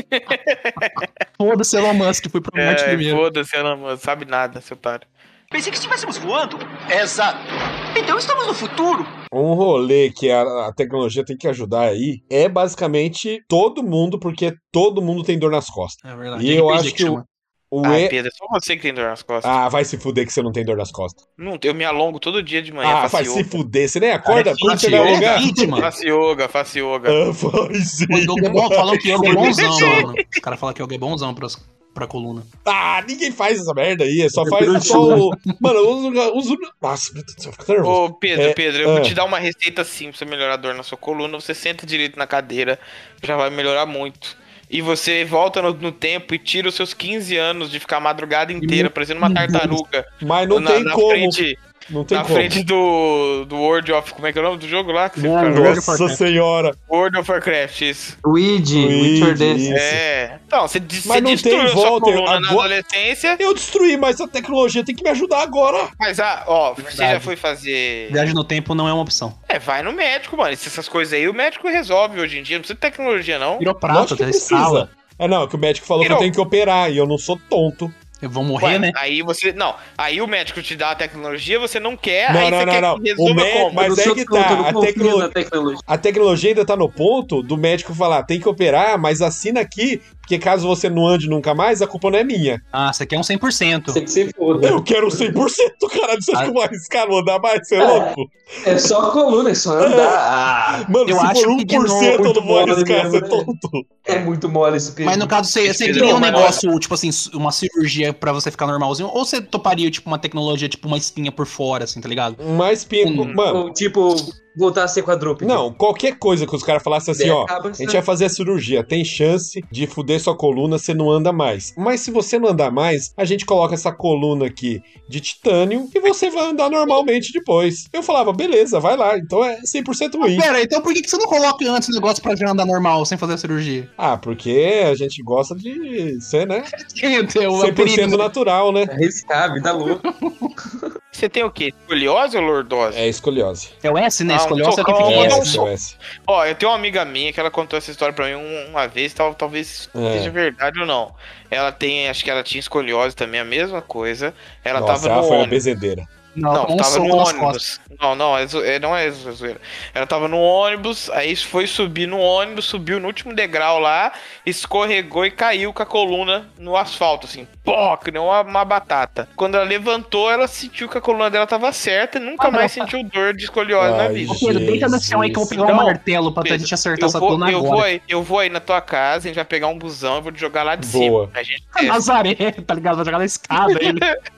Foda-se, Elon Musk, fui pro Marte É, primeiro. foda-se, não sabe nada, seu otário. Pensei que estivéssemos voando. Exato. Então estamos no futuro. Um rolê que a, a tecnologia tem que ajudar aí é basicamente todo mundo, porque todo mundo tem dor nas costas. É verdade. E eu R P G acho que o, chama. o Ai, E... Pedro, é só você que tem dor nas costas. Ah, vai se fuder que você não tem dor nas costas. Não, eu me alongo todo dia de manhã. Ah, faço vai se yoga. fuder. Você nem acorda? É Quando você fit, vai é alongar? fit, mano. Faço yoga, faço yoga. Ah, faz sim. O yoga é bom, falam que yoga é bonzão, mano. Os caras falam que yoga é bonzão pras, pra coluna. Ah, ninguém faz essa merda aí. É só faz é só o. Mano, usa. usa... Nossa, meu Deus do céu, fica nervoso. Ô, Pedro, É, Pedro, eu ah. vou te dar uma receita assim pra você melhorar a dor na sua coluna. Você senta direito na cadeira, já vai melhorar muito. E você volta no, no tempo e tira os seus quinze anos de ficar a madrugada inteira parecendo uma tartaruga. Mas não na, tem na como. Frente, Não tem na como. frente do, do World of... Como é que é o nome do jogo lá? Que você World fica of jogando? Nossa senhora. World of Warcraft, isso. Luigi, Luigi, Witcher desse. isso. É. Então, você, você Mas não tem destruiu a sua volta, coluna na agora- adolescência. Eu destruí, mas a tecnologia tem que me ajudar agora. Mas, ah, ó, você Verdade. já foi fazer... Viagem no tempo não é uma opção. É, vai no médico, mano. Essas coisas aí o médico resolve hoje em dia. Não precisa de tecnologia, não. Virou Lógico prato, que até precisa. escala. É, não, que o médico falou Virou. que eu tenho que operar e eu não sou tonto. Eu vou morrer, Ué, né? Aí você. Não, aí o médico te dá a tecnologia, você não quer, Não, aí não, você não, quer não. que O resolva mé- como? mas Eu é sou que tonto, tá, eu não a confio tecno- na tecnologia. A tecnologia ainda tá no ponto do médico falar, tem que operar, mas assina aqui, porque caso você não ande nunca mais, a culpa não é minha. Ah, você quer um cem por cento. Você que se foda. Eu quero cem por cento, caralho. Você acha que eu vou arriscar não andar mais? Você é louco? É só a coluna, é só andar. Ah, Mano, Eu se acho for que de um por cento eu novo, não vou muito arriscar, mole você é mesmo, né? tonto. é muito mole esse período. Mas no caso, você, você Pedro, queria um mas- negócio, tipo assim, uma cirurgia pra você ficar normalzinho? Ou você toparia, tipo, uma tecnologia, tipo, uma espinha por fora, assim, tá ligado? Mais pingo. Hum. Mano, Ou, tipo, voltar a ser quadrúpede. não, qualquer coisa que os caras falassem assim, Daí ó, acaba a gente sendo- vai fazer a cirurgia, tem chance de fuder sua coluna, você não anda mais. Mas se você não andar mais, a gente coloca essa coluna aqui de titânio e você vai andar normalmente depois. Eu falava, beleza, vai lá, então é cem por cento ruim. Pera, então por que que você não coloca antes o negócio pra já andar normal, sem fazer a cirurgia? Ah, porque a gente gosta de ser, né, Entendeu? cem por cento natural, né? Arriscar, vida louca. Você tem o quê? Escoliose ou lordose? É escoliose. É o S, né? Ah, um Escolhose é socão, que É, Vou fica dar um S. S, é S. Ó, eu tenho uma amiga minha que ela contou essa história pra mim um- uma vez, tal, talvez É. seja verdade ou não. Ela tem, acho que ela tinha escoliose também, a mesma coisa. Ela Nossa, tava ela no foi uma ônibus. bezedeira. Não, Não, com um tava soco no nas ônibus. costas. Não, não, é, zo- é- não é zo- zoeira. Ela tava no ônibus, aí foi subir no ônibus, subiu no último degrau lá, escorregou e caiu com a coluna no asfalto, assim, pó, que nem uma, uma batata. Quando ela levantou, ela sentiu que a coluna dela tava certa e nunca Ah, mais não. sentiu dor de escoliose na Ai, vida. Ô, Pedro, deita no chão aí que eu vou pegar um Então, martelo pra Pedro, gente acertar Eu essa vou, coluna eu, agora. vou aí, eu vou aí na tua casa, a gente vai pegar um busão, eu vou te jogar lá de Boa. cima. A gente A Nazaré, tá ligado? Vai jogar na escada aí.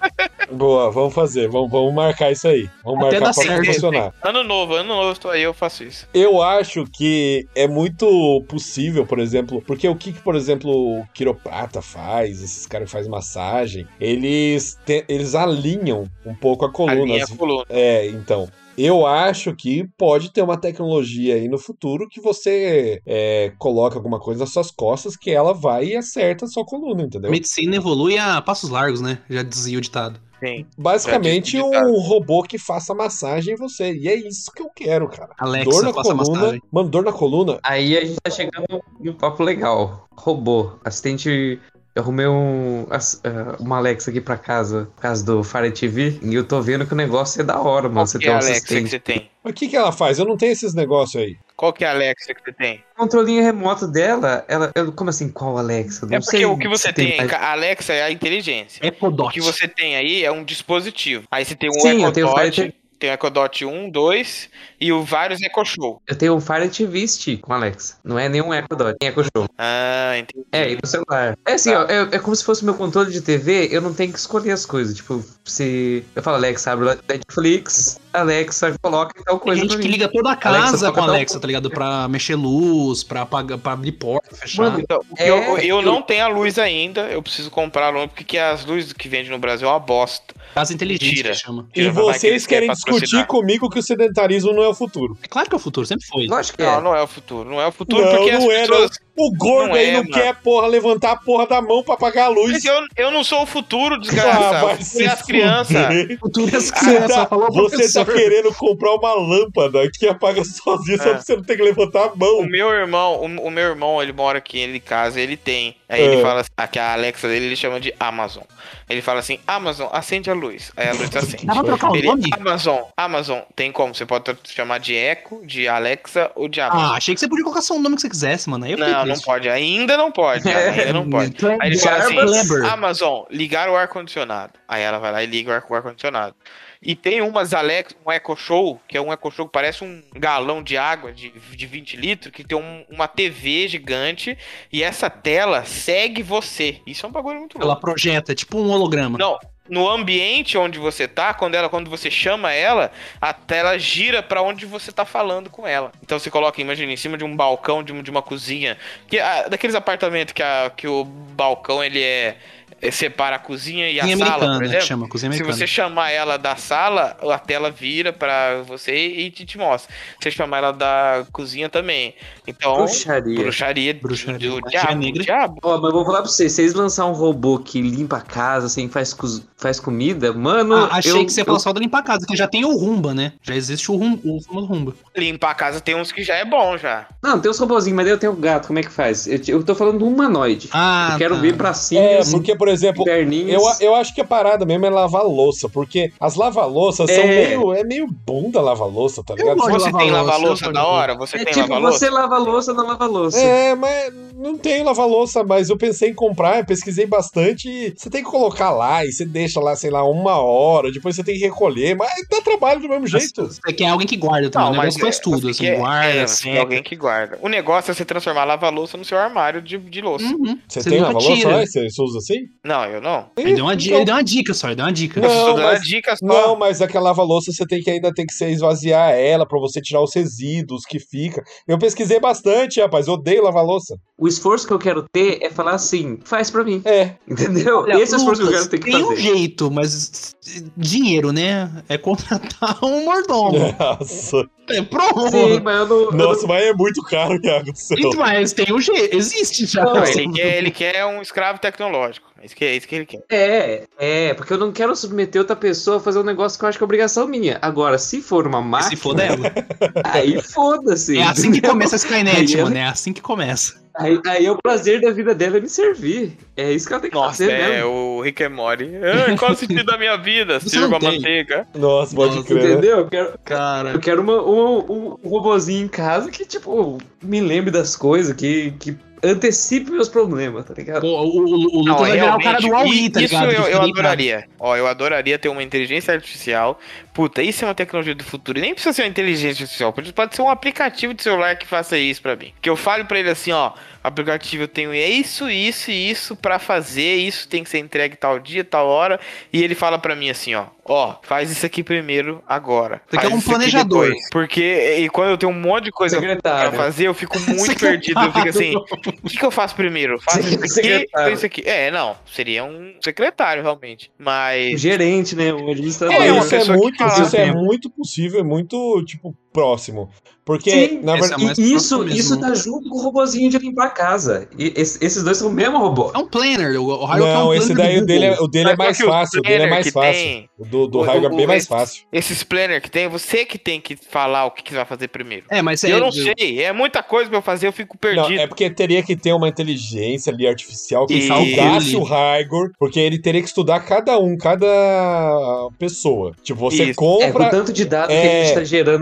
Boa, vamos fazer, vamos, vamos marcar isso aí. Vamos Até marcar dá pra certo. funcionar. Ano novo, ano novo, eu tô aí, eu faço isso. Eu acho que é muito possível, por exemplo, porque o que, que, por exemplo, o quiroprata faz, esses caras que fazem massagem, eles, te- eles alinham um pouco a coluna. Alinha As- a coluna. É, então. Eu acho que pode ter uma tecnologia aí no futuro que você é, coloca alguma coisa nas suas costas que ela vai e acerta a sua coluna, A entendeu? medicina evolui a passos largos, né? Já dizia o ditado. Sim. Basicamente Já disse o um robô que faça massagem em você. E é isso que eu quero, cara. Alexa, dor na faça coluna. massagem. Mano, dor na coluna. Aí a gente tá chegando em um papo legal. Robô, assistente. Eu arrumei um, as- ah, uma Alexa aqui pra casa, por causa do Fire T V, e eu tô vendo que o negócio é da hora, mano. Qual Você que tem é um a Alexa que assistente. você tem? Mas o que, que ela faz? Eu não tenho esses negócios aí. Qual que é a Alexa que você tem? O controlinho remoto dela, ela. eu- como assim, qual Alexa? Eu Não É porque sei o que você se tem, mais- a Alexa é a inteligência. Echo O Dot. que você tem aí é um dispositivo. Aí você tem um Sim, eu Echo tenho o Fire Dot. T V. Tem o Echo Dot um, dois e o vários Echo Show. Eu tenho um Fire T V Stick com Alexa. Não é nenhum Echo Dot, tem Echo Show. Ah, entendi. É, e no celular. É assim, Tá. ó, é, é como se fosse meu controle de T V, eu não tenho que escolher as coisas. Tipo, se eu falo, Alexa, abre o Netflix, Alexa, coloca tal Tem coisa gente pra que mim. liga toda a Alexa, casa toca com a tal Alexa, coisa. tá ligado? Pra mexer luz, pra, apagar, pra abrir porta, fechar. Mano, Então, o que É, eu, eu eu- não tenho a luz ainda, eu preciso comprar a luz, porque que as luzes que vende no Brasil é uma bosta. Casa inteligente Mentira. que chama. E Tira, vai que vocês eles querem patrocinar. discutir comigo que o sedentarismo não é o futuro. É claro que é o futuro, sempre foi. lógico que é. Não, não é o futuro. Não é o futuro Não, porque não as é, pessoas... O gordo Não aí é, não mano. quer, porra, levantar a porra da mão pra apagar a luz. Mas eu, eu não sou o futuro, Ah, desgraça. vai o futuro se é as crianças. fuder. O futuro é as Você crianças, tá, só falou o você tá professor. querendo comprar uma lâmpada que apaga sozinha, só É. pra você não ter que levantar a O mão. meu irmão, o, o meu irmão, ele mora aqui em casa, ele tem. Aí É. ele fala assim, aqui a Alexa dele, ele chama de Amazon. Ele fala assim, Amazon, acende a luz. Aí a luz acende. Dá pra trocar o Ele, nome? Amazon, Amazon, tem como? Você pode tra- chamar de Echo, de Alexa ou de Amazon. Ah, achei que você podia colocar só o nome que você quisesse, mano. Aí eu fiquei Não, não triste. pode. Ainda não pode. É. Ainda não pode. Kleber, Aí ele fala assim, Kleber. Amazon, ligar o ar-condicionado. Aí ela vai lá e liga o ar- o ar-condicionado. E tem umas Alexa, um Echo Show, que é um Echo Show que parece um galão de água de, de vinte litros, que tem um- uma T V gigante e essa tela segue você. Isso é um bagulho muito louco. Ela projeta, é tipo um holograma. Não, no ambiente onde você tá, quando ela, quando você chama ela, a tela gira pra onde você tá falando com ela. Então você coloca, imagina, em cima de um balcão de, um- de uma cozinha, que ah, daqueles apartamentos que, a, que o balcão ele é, é separa a cozinha e a Cozinha sala, americana, por que exemplo. chama, cozinha Se americana. você chamar ela da sala, a tela vira pra você e te, te mostra. Se você chamar ela da cozinha também. Então, Bruxaria. bruxaria, Bruxaria. do Magia diabo, negra. diabo. Ó, mas eu vou falar pra vocês, vocês lançar um robô que limpa a casa, assim, faz, cos- faz comida, mano. Ah, achei eu, que você ia eu- falar só da limpar a casa, que já tem o Rumba, né? Já existe o Rumba, o famoso Rumba. Limpar a casa tem uns que já é bom já. Não, tem os robôzinhos, mas daí eu tenho o gato, como é que faz? Eu, eu tô falando do humanoide. Ah, eu quero tá. ver pra cima, É, assim, porque, por exemplo, perninhas. eu, eu acho que a parada mesmo é lavar louça, porque as lava-louças É. são meio, é meio bunda lavar-louça, tá ligado? gosto de Você lavar tem louça, lava-louça eu da gosto. hora? Você É tem tipo, lava-louça? você lava a louça, não lava a louça. É, mas não tem lava-louça, mas eu pensei em comprar, eu pesquisei bastante e você tem que colocar lá e você deixa lá, sei lá, uma hora, depois você tem que recolher, mas dá trabalho do mesmo jeito. Você quer alguém que guarda também. Não, o mas negócio faz é, tudo, você assim, quer- guarda, é, você quer seca. alguém que guarda. O negócio é você transformar a lava-louça no seu armário de, de louça. Uhum. Você, Você tem nunca lava-louça tira. lá? Você, você usa assim? Não, eu não. Ele deu, uma, di- Então- ele deu uma dica só, ele deu uma dica. Não, Eu estou dando mas- a dica só. Não, mas aquela lava-louça você tem que ainda tem que ser esvaziar ela pra você tirar os resíduos que fica. Eu pesquisei bastante, rapaz, eu odeio lava-louça. O esforço que eu quero ter é falar assim, faz pra mim. É. Entendeu? Olha, Esse é o esforço que eu Lucas, quero ter que tem um fazer. jeito, mas dinheiro, né? É contratar um mordomo. Nossa. É pronto. Sim, mas eu não. eu Nossa, mas é muito caro, Iago do céu. Então, mas tem um jeito, existe já. Não, ele, quer, ele quer um escravo tecnológico. É isso que, é isso que ele quer. É, é, porque eu não quero submeter outra pessoa a fazer um negócio que eu acho que é obrigação minha. Agora, se for uma máquina, Se for dela. aí foda-se. É assim que entendeu? começa a Skynet, Aí mano. ela- É assim que começa. Aí, aí é o prazer da vida dela é me servir. É isso que ela tem que Nossa, fazer é mesmo. o Rick and Morty. Ah, qual o sentido da minha vida? Você Sirva não a tem. manteiga. Nossa, pode Nossa, crer. né? Entendeu? Eu quero, Cara. eu quero uma, um, um robozinho em casa que, tipo, me lembre das coisas, que, que antecipe meus problemas, tá ligado? Pô, o, o, o Não, Lucas vai virar o cara do realmente, Huawei, tá isso ligado? eu, Que eu fica deitado. adoraria. Ó, eu adoraria ter uma inteligência artificial. Puta, isso é uma tecnologia do futuro. E nem precisa ser uma inteligência artificial. Pode, pode ser um aplicativo de celular que faça isso pra mim. Que eu fale pra ele assim, ó. Aplicativo, eu tenho isso, isso e isso pra fazer. Isso tem que ser entregue tal dia, tal hora. E ele fala pra mim assim, ó. Ó, faz isso aqui primeiro, agora. Você quer Faz um isso aqui planejador. depois. Porque e quando eu tenho um monte de coisa pra Secretário. fazer, eu fico muito perdido. Eu fico assim, o que, que eu faço primeiro? Faço isso aqui Secretário. ou isso aqui? É, não. Seria um secretário, realmente. O Mas. gerente, né? O administrador. É, uma isso é pessoa que muito, fala. isso é muito possível, é muito, tipo, próximo. Porque, Sim, na esse verdade. é mais E isso, próximo isso mesmo. tá junto com o robozinho de limpar a casa. E esse- esses dois são o mesmo robô. É um planner. O, o Hyro é um Não, planner esse do daí, o dele, é, Google. o dele é Mas mais só que o fácil, o dele é planner mais que fácil. tem- O do, do o- Raigo é o- bem mais esse- fácil. Esses planner que tem, você que tem que falar o que, que você vai fazer primeiro. É, mas eu é- não sei, é muita coisa pra eu fazer, eu fico Não, perdido. é porque teria que ter uma inteligência ali artificial que E- estudasse o Raigor, porque ele teria que estudar cada um, cada pessoa. Tipo, você Isso. É, com o compra. tanto de dados É. que a gente tá gerando hoje em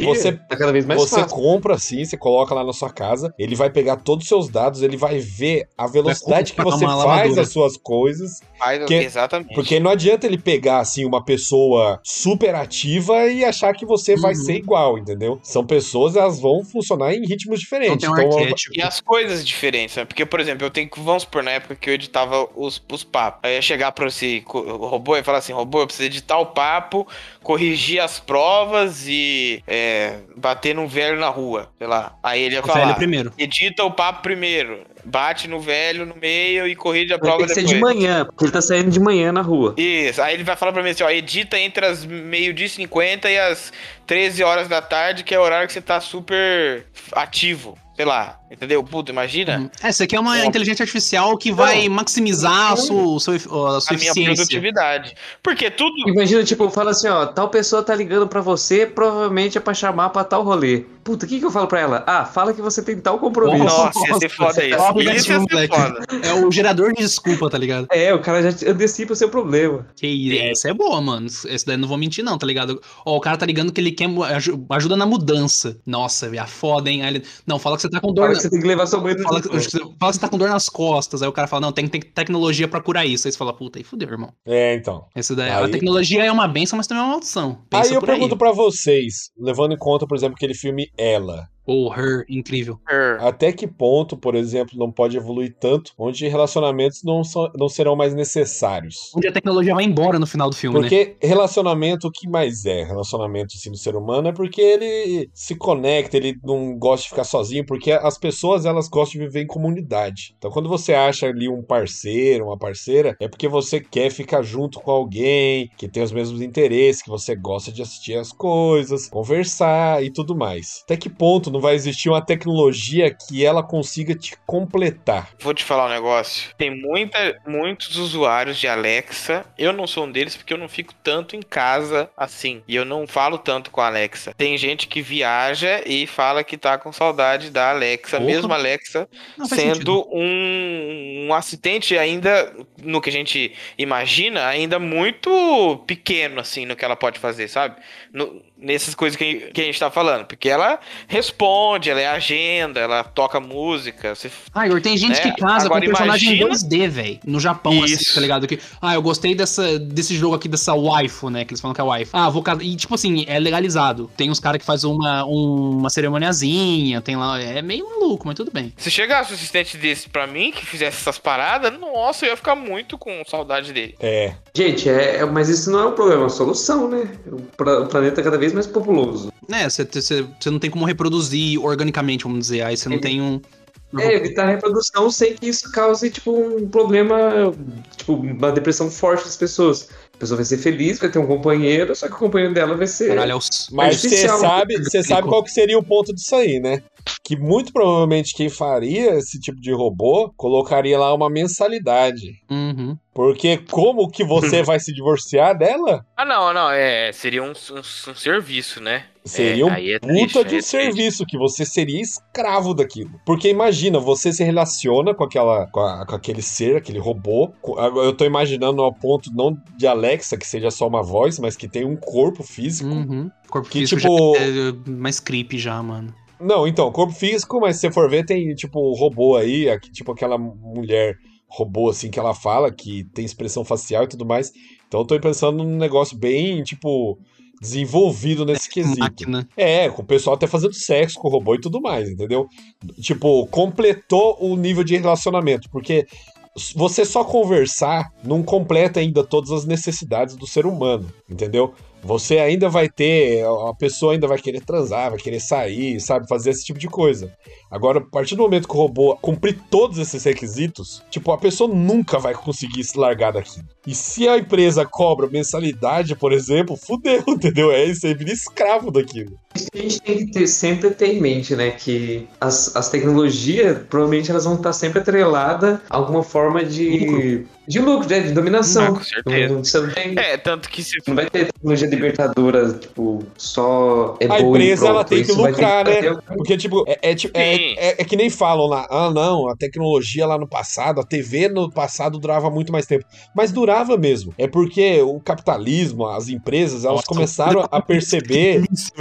Você, tá cada vez mais você fácil. compra assim, você coloca lá na sua casa, ele vai pegar todos os seus dados, ele vai ver a velocidade que você faz as suas coisas. Faz, que, exatamente. Porque não adianta ele pegar assim uma pessoa super ativa e achar que você uhum. vai ser igual, entendeu? São pessoas, elas vão funcionar em ritmos diferentes. Então, então, um e as coisas diferentes, né? Porque, por exemplo, eu tenho que, vamos supor, na época que eu editava os, os papos, aí eu ia chegar pra esse robô e falar assim, robô, eu preciso editar o papo, corrigir as provas e é, bater num velho na rua, sei lá. Aí ele ia o falar, velho primeiro. Edita o papo primeiro, bate no velho no meio e corrige a vai prova ter que depois. ser de manhã, porque ele tá saindo de manhã na rua. Isso, aí ele vai falar pra mim assim, ó, edita entre as meio-dia e cinquenta e as treze horas da tarde, que é o horário que você tá super ativo. Sei lá, entendeu? Puta, imagina. Uhum. É, isso aqui é uma é. inteligência artificial que vai não, maximizar a sua, a sua, a sua a eficiência. minha produtividade. Porque tudo... Imagina, tipo, fala assim, ó, tal pessoa tá ligando pra você, provavelmente é pra chamar pra tal rolê. Puta, o que que eu falo pra ela? Ah, fala que você tem tal compromisso. Nossa, ia ser foda isso. Isso ia ser moleque. foda. É o gerador de desculpa, tá ligado? É, o cara já antecipa o seu problema. Que isso, essa é boa, mano. Esse daí não vou mentir não, tá ligado? Ó, o cara tá ligando que ele quer ajuda na mudança. Nossa, velho, foda, hein? Aí ele... Não, fala que você tá com dor... Fala que você tem que levar sua mãe no fala, que, fala que você tá com dor nas costas. Aí o cara fala, não, tem, tem tecnologia pra curar isso. Aí você fala, puta, aí fudeu, irmão. É, então. Essa daí, aí... A tecnologia é uma benção, mas também é uma maldição. Pensa aí eu pergunto aí. pra vocês, levando em conta, por exemplo, aquele filme Ela. Ou Her, incrível. Her. Até que ponto, por exemplo, não pode evoluir tanto, onde relacionamentos não, são, não serão mais necessários? Onde a tecnologia vai embora no final do filme, porque né? Porque relacionamento, o que mais é relacionamento assim, do ser humano é porque ele se conecta, ele não gosta de ficar sozinho, porque as pessoas, elas gostam de viver em comunidade. Então quando você acha ali um parceiro, uma parceira, é porque você quer ficar junto com alguém, que tem os mesmos interesses, que você gosta de assistir as coisas, conversar e tudo mais. Até que ponto não vai existir uma tecnologia que ela consiga te completar? Vou te falar um negócio. Tem muita, muitos usuários de Alexa. Eu não sou um deles porque eu não fico tanto em casa assim. E eu não falo tanto com a Alexa. Tem gente que viaja e fala que tá com saudade da Alexa. Porra. Mesmo a Alexa não sendo um, um assistente ainda, no que a gente imagina, ainda muito pequeno assim no que ela pode fazer, sabe? No, nessas coisas que, que a gente tá falando. Porque ela responde, ela é agenda, ela toca música. Você, ah, Igor, tem gente né? que casa Agora, com personagem imagina... em dois D, velho. No Japão, Isso. assim, tá ligado? Que, ah, eu gostei dessa, desse jogo aqui, dessa waifu, né? Que eles falam que é waifu. Ah, vou casar. E, tipo assim, é legalizado. Tem uns caras que fazem uma, um, uma cerimoniazinha, tem lá. É meio maluco, mas tudo bem. Se chegasse um assistente desse pra mim, que fizesse essas paradas, nossa, eu ia ficar muito com saudade dele. É. Gente, é, é, mas isso não é um problema, é uma solução, né? O, pra, o planeta é cada vez mais populoso. É, você não tem como reproduzir organicamente, vamos dizer. Aí você não é. tem um... É, evitar a reprodução sem que isso cause, tipo, um problema, tipo, uma depressão forte das pessoas. A pessoa vai ser feliz, vai ter um companheiro, só que o companheiro dela vai ser... Caralho, é o... Mas você sabe, você sabe qual que seria o ponto disso aí, né? Que muito provavelmente quem faria esse tipo de robô colocaria lá uma mensalidade. Uhum. Porque como que você vai se divorciar dela? Ah, não, não, é, seria um, um, um serviço, né? Seria é, um é puta triste, de um é serviço, triste. que você seria escravo daquilo. Porque imagina, você se relaciona com aquela, com, a, com aquele ser, aquele robô. Eu tô imaginando ao ponto não de Alexa, que seja só uma voz, mas que tem um corpo físico. Uhum. Corpo que, físico tipo... já é mais creepy já, mano. Não, então, corpo físico, mas se você for ver, tem tipo um robô aí, aqui, tipo aquela mulher robô assim que ela fala, que tem expressão facial e tudo mais. Então eu tô pensando num negócio bem, tipo, desenvolvido nesse é, quesito. Máquina. É, com o pessoal até fazendo sexo com o robô e tudo mais, entendeu? Tipo, completou o nível de relacionamento, porque você só conversar não completa ainda todas as necessidades do ser humano, entendeu? Você ainda vai ter, a pessoa ainda vai querer transar, vai querer sair, sabe, fazer esse tipo de coisa. Agora, a partir do momento que o robô cumprir todos esses requisitos, tipo, a pessoa nunca vai conseguir se largar daquilo. E se a empresa cobra mensalidade, por exemplo, fudeu, entendeu? É isso aí, vira escravo daquilo. A gente tem que ter, sempre ter em mente, né, que as, as tecnologias, provavelmente elas vão estar sempre atreladas a alguma forma de lucro, de, lucro, né, de dominação. Ah, com certeza. Não, você não tem, é, tanto que se... não vai ter tecnologia libertadora, tipo, só é a boa empresa, ela tem que isso lucrar, ter que né? ter... Porque, tipo, é, é, é, é, é que nem falam lá, ah, não, a tecnologia lá no passado, a T V no passado durava muito mais tempo. Mas durava mesmo. É porque o capitalismo, as empresas, elas Nossa, começaram a perceber... Não,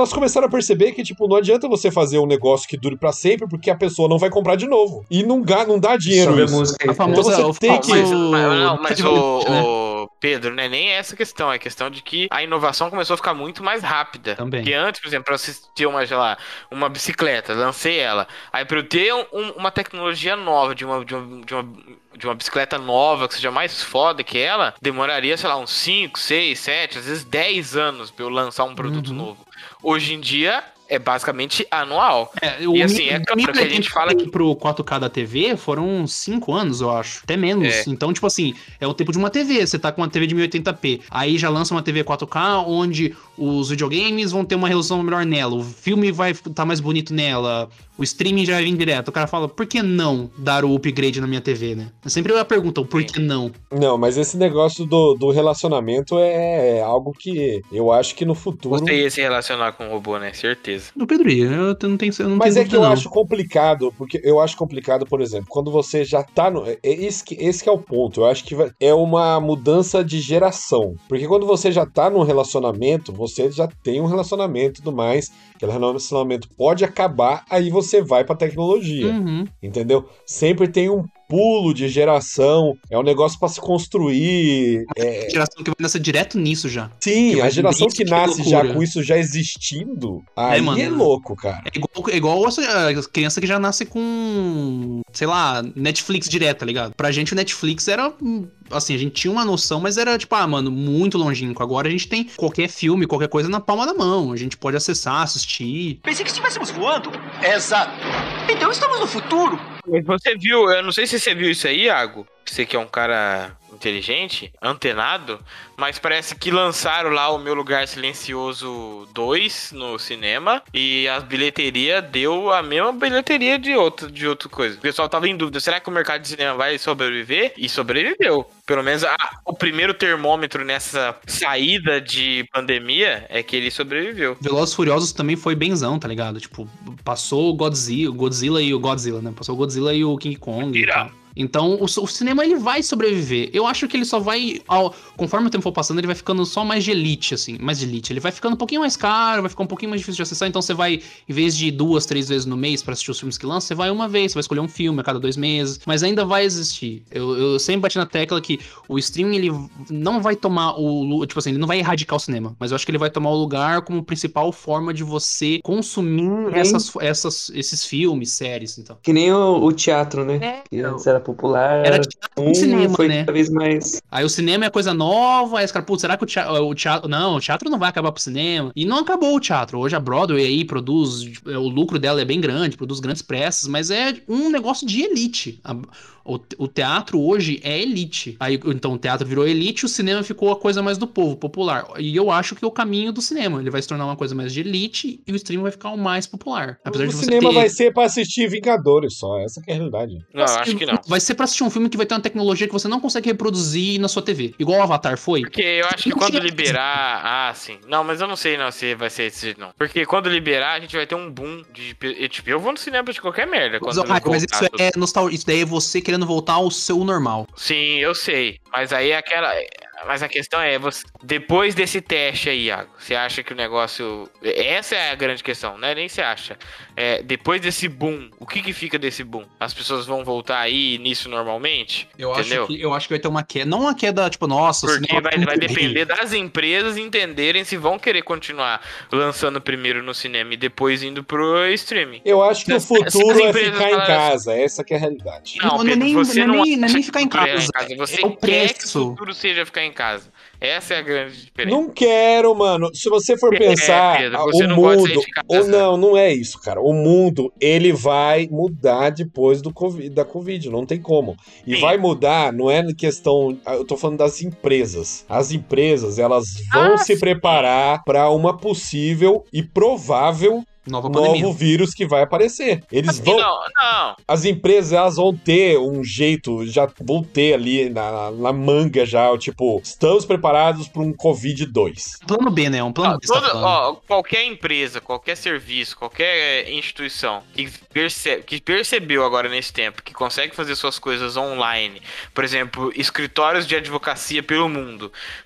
elas começaram a perceber que, tipo, não adianta você fazer um negócio que dure pra sempre, porque a pessoa não vai comprar de novo. E não, ga- não dá dinheiro Sobre a isso. música. A famosa, Então você o tem famoso- que- Mas, mas- não, mas o, Hollywood, né? o Pedro, não é nem essa questão, é a questão de que a inovação começou a ficar muito mais rápida. Também. Porque antes, por exemplo, pra você ter uma, sei lá, uma bicicleta, lancei ela. Aí pra eu ter um- uma tecnologia nova, de uma, de, uma, de, uma, de uma bicicleta nova, que seja mais foda que ela, demoraria, sei lá, uns cinco, seis, sete, às vezes dez anos pra eu lançar um produto Uhum. novo. Hoje em dia, é basicamente anual. É, o E assim, mi- é claro micro que a gente fala que... pro quatro K da T V foram cinco anos, eu acho. Até menos. É. Então, tipo assim, é o tempo de uma T V. Você tá com uma T V de mil e oitenta p. Aí já lança uma T V quatro K, onde os videogames vão ter uma resolução melhor nela. O filme vai estar mais bonito nela. O streaming já vai vir direto. O cara fala, por que não dar o upgrade na minha T V, né? É sempre a pergunta, o por Sim. que não? Não, mas esse negócio do, do relacionamento é algo que eu acho que no futuro... Você ia se relacionar com o robô, né? Certeza. Do Pedro ia, eu não tenho, eu não Mas tenho é que eu dúvida, não. acho complicado, porque eu acho complicado, por exemplo, quando você já tá no... é- é Esse que, esse que é o ponto, eu acho que vai- é uma mudança de geração. Porque quando você já tá num relacionamento, você já tem um relacionamento e tudo mais, aquele relacionamento pode acabar, aí você vai pra tecnologia, Uhum. entendeu? Sempre tem um pulo de geração, é um negócio pra se construir. é- A geração que vai nascer direto nisso já. Sim, Que a vai- geração isso que que nasce já loucura. com isso já existindo, aí mano. é louco, cara. É igual, é igual essa a criança que já nasce com, sei lá, Netflix direto, tá ligado? Pra gente o Netflix era, hum, assim, a gente tinha uma noção, mas era tipo, ah, mano, muito longínquo. Agora a gente tem qualquer filme, qualquer coisa na palma da mão. A gente pode acessar, assistir. Pensei que estivéssemos voando. Exato. Então estamos no futuro. Mas você viu, eu não sei se você viu isso aí, Iago. Você que é um cara inteligente, antenado, mas parece que lançaram lá o Meu Lugar Silencioso dois no cinema e a bilheteria deu a mesma bilheteria de outra, de outra coisa. O pessoal tava em dúvida, será que o mercado de cinema vai sobreviver? E sobreviveu. Pelo menos a- o primeiro termômetro nessa saída de pandemia é que ele sobreviveu. Velozes e Furiosos também foi benzão, tá ligado? Tipo, passou o Godzilla, o Godzilla e o Godzilla, né? Passou o Godzilla e o King Kong e tal. Então, o, o cinema, ele vai sobreviver. Eu acho que ele só vai, ao, conforme o tempo for passando, ele vai ficando só mais de elite, assim, mais de elite. Ele vai ficando um pouquinho mais caro, vai ficar um pouquinho mais difícil de acessar, então você vai, em vez de ir duas, três vezes no mês pra assistir os filmes que lançam, você vai uma vez, você vai escolher um filme a cada dois meses, mas ainda vai existir. Eu, eu sempre bati na tecla que o streaming, ele não vai tomar o, lu- tipo assim, ele não vai erradicar o cinema, mas eu acho que ele vai tomar o lugar como principal forma de você consumir essas, essas, esses filmes, séries, então. Que nem o, o teatro, né? É, Que antes era popular. Era teatro um com cinema, foi né? cada vez mais. Aí o cinema é coisa nova, aí os caras, putz, será que o teatro, o teatro. Não, o teatro não vai acabar pro cinema. E não acabou o teatro. Hoje a Broadway aí produz. O lucro dela é bem grande, produz grandes peças, mas é um negócio de elite. A- O, o teatro hoje é elite. Aí, então o teatro virou elite, o cinema ficou a coisa mais do povo, popular. E eu acho que é o caminho do cinema. Ele vai se tornar uma coisa mais de elite e o streaming vai ficar o mais popular. Apesar O de você cinema ter... vai ser pra assistir Vingadores só, essa que é a realidade. Não, acho que não. Vai ser pra assistir um filme que vai ter uma tecnologia que você não consegue reproduzir na sua T V. Igual o Avatar foi. Porque eu acho que quando liberar. Ah, sim. Não, mas eu não sei não se vai ser desse jeito, não. Porque quando liberar, a gente vai ter um boom de. eu, Tipo, eu vou no cinema de qualquer merda. Mas, Quando ó, Marco, mas voltar isso tudo. é nostalgia. Isso daí é você querendo voltar ao seu normal. Sim, eu sei. Mas aí é aquela. Mas a questão é, você, depois desse teste aí, Iago, você acha que o negócio. Essa é a grande questão, né? Nem você acha. É, depois desse boom, o que que fica desse boom? As pessoas vão voltar aí nisso normalmente? Eu entendeu? acho, que, eu acho que vai ter uma queda. Não uma queda, tipo, nossa, o Porque cinema vai, vai morrer. depender das empresas entenderem se vão querer continuar lançando primeiro no cinema e depois indo pro streaming. Eu acho que o Se- se as futuro é empresas ficar em falarem assim- casa, essa que é a realidade. Não, não é Pedro, nem- você não é não nem- não é acha nem que ficar em o futuro é casa, Você é o quer que preço. o futuro seja ficar em casa. Essa é a grande diferença. Não quero, mano. Se você for É, pensar, Pedro, ah, você o não gosta de mundo. sair de casa. Ou não, não é isso, cara. O mundo, ele vai mudar depois do COVID, da Covid, não tem como. E Sim. vai mudar, não é questão. Eu tô falando das empresas. As empresas, elas vão Ah, se sim. preparar para uma possível e provável Nova pandemia. novo vírus que vai aparecer. Eles vão. Não, não. As empresas, elas vão ter um jeito, já vão ter ali na, na manga já, tipo, estamos preparados para um covid dois. Plano B, né? Um plano Ó, B. você tá toda- falando. ó, qualquer empresa, qualquer serviço, qualquer instituição que, perce- que percebeu agora nesse tempo que consegue fazer suas coisas online, por exemplo, escritórios de advocacia pelo mundo,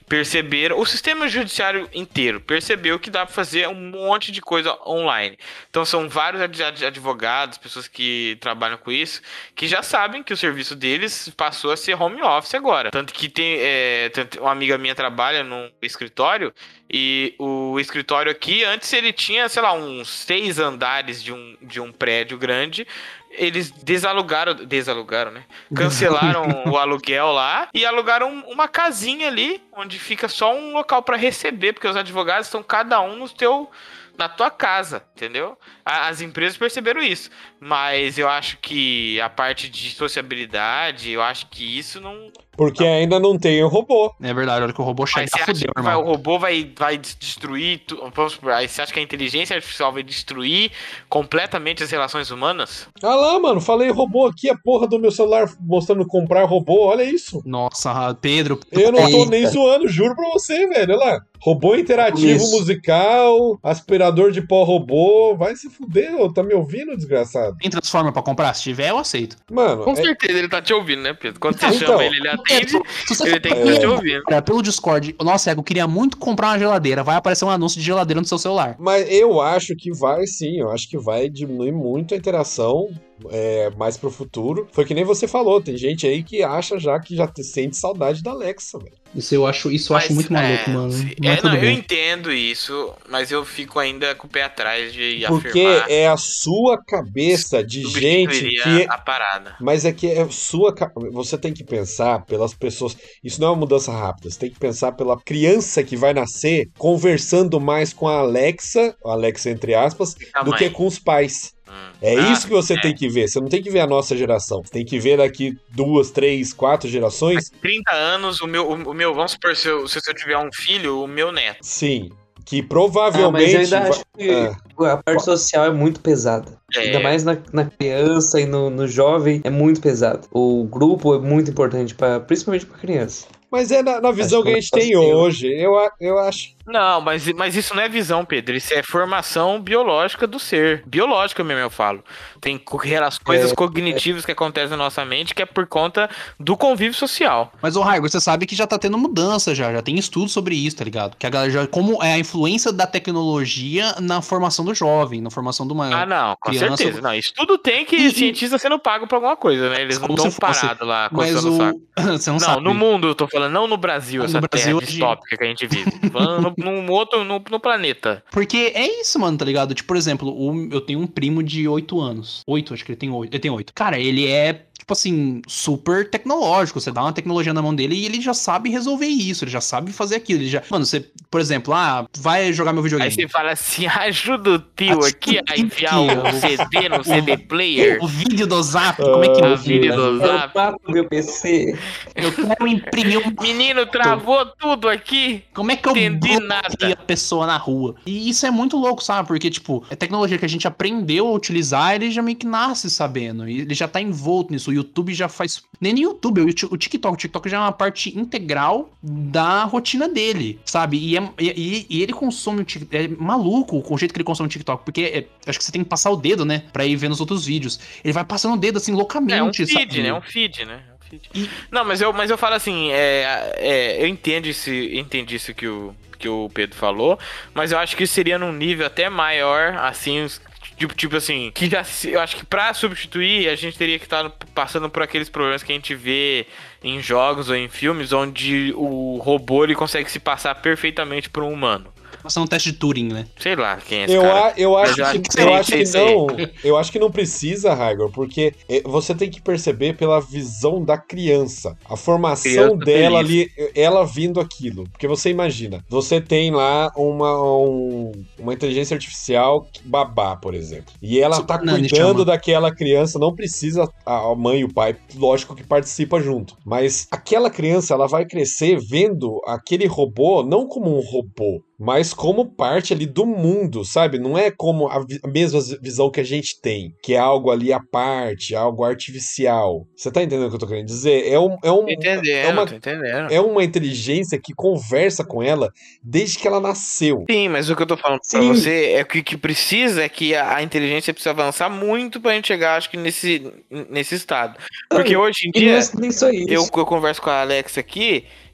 perceberam, o sistema judiciário inteiro percebeu que dá pra fazer um monte de coisa online. Então são vários advogados, pessoas que trabalham com isso, que já sabem que o serviço deles passou a ser home office agora. Tanto que tem, é, uma amiga minha trabalha num escritório, e o escritório aqui, antes ele tinha, sei lá, uns seis andares de um, de um prédio grande. Eles desalugaram, desalugaram, né? Cancelaram o aluguel lá e alugaram uma casinha ali, onde fica só um local para receber, porque os advogados estão cada um no teu, na tua casa, entendeu? As empresas perceberam isso, mas eu acho que a parte de sociabilidade, eu acho que isso não... Porque não. ainda não tem o robô. É verdade, olha que o robô chega a fuder, vai, o robô vai, vai destruir... Tu, vamos, aí você acha que a inteligência artificial vai destruir completamente as relações humanas? Ah lá, mano, falei robô aqui, a porra do meu celular mostrando comprar robô, olha isso. Nossa, Pedro... Eu não tô nem zoando, juro pra você, velho, olha lá. Robô interativo isso. musical, aspirador de pó robô, vai se fuder, tá me ouvindo, desgraçado? Tem Transformer pra comprar? Se tiver, eu aceito. Mano, com é... certeza ele tá te ouvindo, né, Pedro? Quando você então, chama ele, ele atende, se você ele tem que estar é... te ouvindo. Cara, pelo Discord, nossa, eu queria muito comprar uma geladeira, vai aparecer um anúncio de geladeira no seu celular. Mas eu acho que vai sim, eu acho que vai diminuir muito a interação é, mais pro futuro. Foi que nem você falou, tem gente aí que acha já que já sente saudade da Alexa, velho. Isso eu acho, isso eu mas, acho muito maluco, é, mano. Não, é, não eu entendo isso, mas eu fico ainda com o pé atrás de Porque afirmar. Porque é a sua cabeça de gente que... a parada. Mas é que é sua... Você tem que pensar pelas pessoas... Isso não é uma mudança rápida. Você tem que pensar pela criança que vai nascer conversando mais com a Alexa, a Alexa entre aspas, do que com os pais. Hum. É ah, isso que você é. tem que ver. Você não tem que ver a nossa geração. Você tem que ver daqui duas, três, quatro gerações. Daqui trinta anos, o meu, o meu vamos supor, se eu, se eu tiver um filho, o meu neto. Sim. Que provavelmente... Ah, mas eu ainda acho que ah. a parte social é muito pesada. É. Ainda mais na, na criança e no, no jovem, é muito pesado. O grupo é muito importante, pra, principalmente para criança. Mas é na, na visão que a gente tem hoje. Eu, eu acho... Não, mas, mas isso não é visão, Pedro. Isso é formação biológica do ser. Biológica mesmo, eu falo. Tem coisas é, cognitivas é. que acontecem na nossa mente que é por conta do convívio social. Mas, ô Raigo, você sabe que já tá tendo mudança já. Já tem estudos sobre isso, tá ligado? Que a galera já... Como é a influência da tecnologia na formação do jovem, na formação de uma Ah, não. Com criança. certeza. Não, isso tudo tem que e, cientista sendo pago pra alguma coisa, né? Eles não estão parados lá coçando o saco. Você não, não sabe. No mundo, eu tô falando. Não no Brasil, ah, essa no terra Brasil, distópica que a gente vive. Falando no, no outro... No, no planeta. Porque é isso, mano, tá ligado? Tipo, por exemplo, o, eu tenho um primo de oito anos. oito, acho que ele tem oito. Ele tem oito. Cara, ele é, tipo assim, super tecnológico. Você dá uma tecnologia na mão dele e ele já sabe resolver isso. Ele já sabe fazer aquilo. Ele já... Mano, você, por exemplo, ah, vai jogar meu videogame. Aí você fala assim, ajuda o tio aqui a enfiar o C D no C D player. O, o vídeo do Zap, como é que é o vídeo do Zap? Eu passo meu P C. Eu quero imprimir um... Menino, travou tudo aqui. Como é que eu entendi nada a pessoa na rua? E isso é muito louco, sabe? Porque, tipo, é tecnologia que a gente aprendeu a utilizar, ele já meio que nasce sabendo. E ele já tá envolto nisso. O YouTube já faz... Nem no YouTube, o TikTok. O TikTok já é uma parte integral da rotina dele, sabe? E, é, e, e ele consome o TikTok... É maluco o jeito que ele consome o TikTok. Porque é, acho que você tem que passar o dedo, né? Pra ir ver nos outros vídeos. Ele vai passando o dedo, assim, loucamente, É um feed, sabe? né? É um feed, né? E... Não, mas eu, mas eu falo assim, é, é, eu entendo isso, entendi isso que o, que o Pedro falou, mas eu acho que seria num nível até maior, assim, tipo, tipo assim, que já, eu acho que pra substituir, a gente teria que estar passando por aqueles problemas que a gente vê em jogos ou em filmes, onde o robô ele consegue se passar perfeitamente por um humano. Passar um teste de Turing, né? Sei lá quem é esse eu cara. A, eu acho eu que, eu acho que não. Eu acho que não precisa, Raigor, porque você tem que perceber pela visão da criança. A formação criança dela feliz. ali, ela vindo aquilo. Porque você imagina, você tem lá uma, um, uma inteligência artificial babá, por exemplo. E ela Super tá cuidando daquela criança, não precisa a mãe e o pai, lógico que participa junto. Mas aquela criança, ela vai crescer vendo aquele robô não como um robô, mas como parte ali do mundo, sabe? Não é como a, vi- a mesma visão que a gente tem, que é algo ali à parte, algo artificial. Você tá entendendo o que eu tô querendo dizer? É, um, é, um, Tô entendendo, é, uma, tô entendendo. é uma inteligência que conversa com ela desde que ela nasceu. Sim, mas o que eu tô falando Sim. pra você é que o que precisa é que a, a inteligência precisa avançar muito pra gente chegar, acho que nesse, nesse estado. Porque hoje em dia, nem só isso. Eu, eu converso com a Alexa aqui,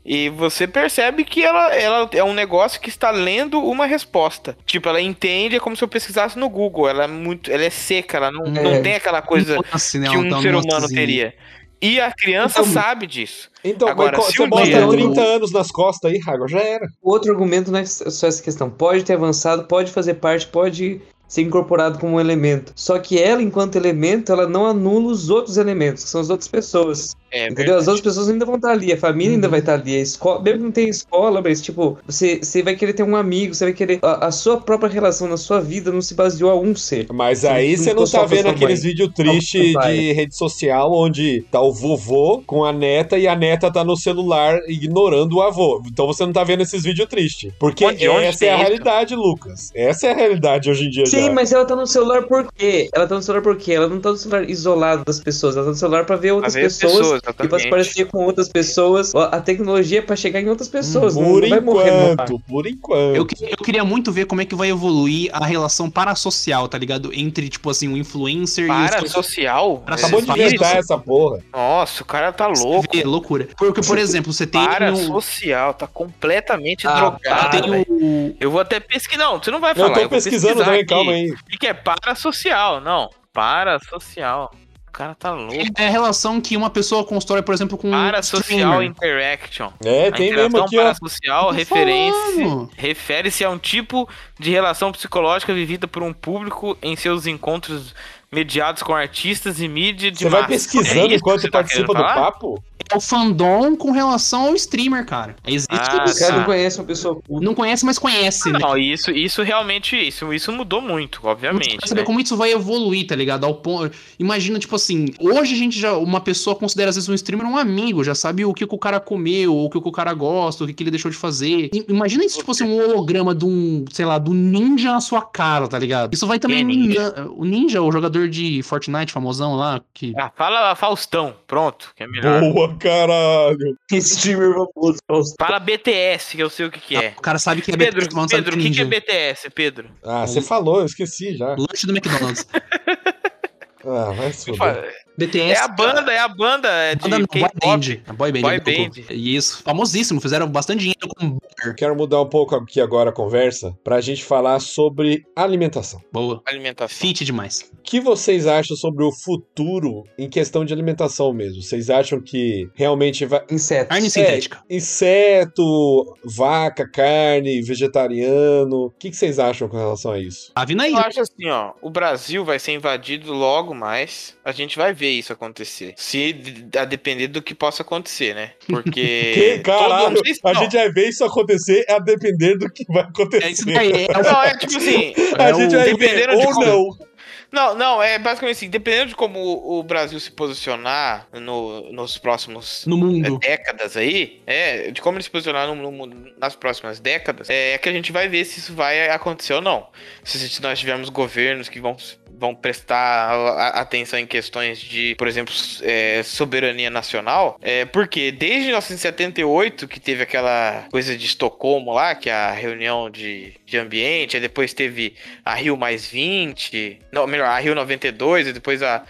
e você percebe que ela, ela é um negócio que está lendo uma resposta. Tipo, ela entende, é como se eu pesquisasse no Google. Ela é muito, ela é seca, ela não, É. não tem aquela coisa Nuance, né? que um Então, ser humano nuancezinho. teria. E a criança Então- sabe disso. Então, Agora, mas se você um bota dia- trinta anos nas costas aí, Rago, já era. O outro argumento não é só essa questão. Pode ter avançado, pode fazer parte, pode ser incorporado como um elemento. Só que ela, enquanto elemento, ela não anula os outros elementos, que são as outras pessoas. É Entendeu? verdade. As outras pessoas ainda vão estar ali, a família Uhum. ainda vai estar ali, a escola, mesmo que não tenha escola, mas tipo, você, você vai querer ter um amigo, você vai querer. A, a sua própria relação na sua vida não se baseou a um ser. Mas Você aí não você não ficou só tá com a vendo sua aqueles mãe. vídeos Só com tristes seu pai. de rede social onde tá o vovô com a neta e a neta tá no celular ignorando o avô. Então você não tá vendo esses vídeos tristes. Porque Onde- onde essa é a tem isso? realidade, Lucas. Essa é a realidade hoje em dia Sim, já. mas ela tá no celular por quê? Ela tá no celular por quê? Ela não tá no celular isolado das pessoas, ela tá no celular pra ver outras ver pessoas, pessoas, e pra se exatamente. parecer com outras pessoas. Ó, a tecnologia é pra chegar em outras pessoas, não, Por não vai morrer no mar. enquanto, por enquanto. Eu, que- eu queria muito ver como é que vai evoluir a relação parasocial, tá ligado? Entre, tipo assim, o influencer e Para os... social? Para- Acabou de Espírito. inventar essa porra. Nossa, o cara tá louco. Vê, loucura. Porque, por exemplo, você tem Para o... social, tá completamente Ah, drogado. tem velho. o... Eu vou até pesquisar. Não, você não vai Eu falar. tô vou pesquisando pesquisar também, aqui. calma aí. O que que é parasocial? Não, parasocial. O cara tá louco. É a relação que uma pessoa constrói, por exemplo, com um Parasocial streamer. interaction. É, A tem interação mesmo aqui, ó. parasocial Tô referência- falando. refere-se a um tipo de relação psicológica vivida por um público em seus encontros mediados com artistas e mídia de Você vai massa. pesquisando É isso que enquanto você tá participa do querendo falar? papo? É o fandom com relação ao streamer, cara. Existe Ah, O cara tá. não conhece uma pessoa culta. Não conhece, mas conhece, né? Não, isso, isso realmente, isso, isso mudou muito, Você obviamente. vai saber né? como isso vai evoluir, tá ligado? Ao ponto... Imagina, tipo assim, hoje a gente já. Uma pessoa considera às vezes um streamer um amigo, já sabe o que, que o cara comeu, o que, que o cara gosta, o que, que ele deixou de fazer. I- Imagina isso, tipo assim, um holograma de um, sei lá, do ninja na sua cara, tá ligado? Isso vai também. Quem é ninja? O ninja, o jogador de Fortnite famosão lá, que. Ah, fala Faustão, pronto, que é melhor. Boa, caralho. Streamer famoso. Faustão. Fala B T S, que eu sei o que, que é. O cara sabe que é Pedro, B T S, mas não sabe Pedro, o é que, que é ninja. B T S, Pedro? Ah, você falou, eu esqueci já. Lanche do McDonald's. Ah, vai se Me fuder. fala- B T S. É a banda, é a banda de Banda não, boy K-pop. band. A boy band. Boy é do Goku. band. Isso. Famosíssimo. Fizeram bastante dinheiro com Quero mudar um pouco aqui agora a conversa pra gente falar sobre alimentação. boa. Alimentação. Fit demais. O que vocês acham sobre o futuro em questão de alimentação mesmo? Vocês acham que realmente vai. Insetos. Carne É, sintética. inseto, vaca, carne, vegetariano. O que que vocês acham com relação a isso? Tá vindo aí. Eu acho assim, ó, o Brasil vai ser invadido logo mais. A gente vai ver isso acontecer. Se d- a depender do que possa acontecer, né? Porque. Que caralho, todo- não sei se- a não. gente vai ver isso acontecer a depender do que vai É acontecer. isso daí. É o- Não, é tipo assim. A é gente o- vai ver dependendo de ou como- não. Não, não, é basicamente assim, dependendo de como o o Brasil se posicionar no- nos próximos No mundo. é, décadas aí, é, de como ele se posicionar no, no mundo nas próximas décadas, é, é que a gente vai ver se isso vai acontecer ou não. Se, se nós tivermos governos que vão, vão prestar a- a- atenção em questões de, por exemplo, é, soberania nacional, é, porque desde mil novecentos e setenta e oito, que teve aquela coisa de Estocolmo lá, que é a reunião de, de ambiente, aí depois teve a Rio mais vinte, não, melhor, a Rio noventa e dois, e depois a,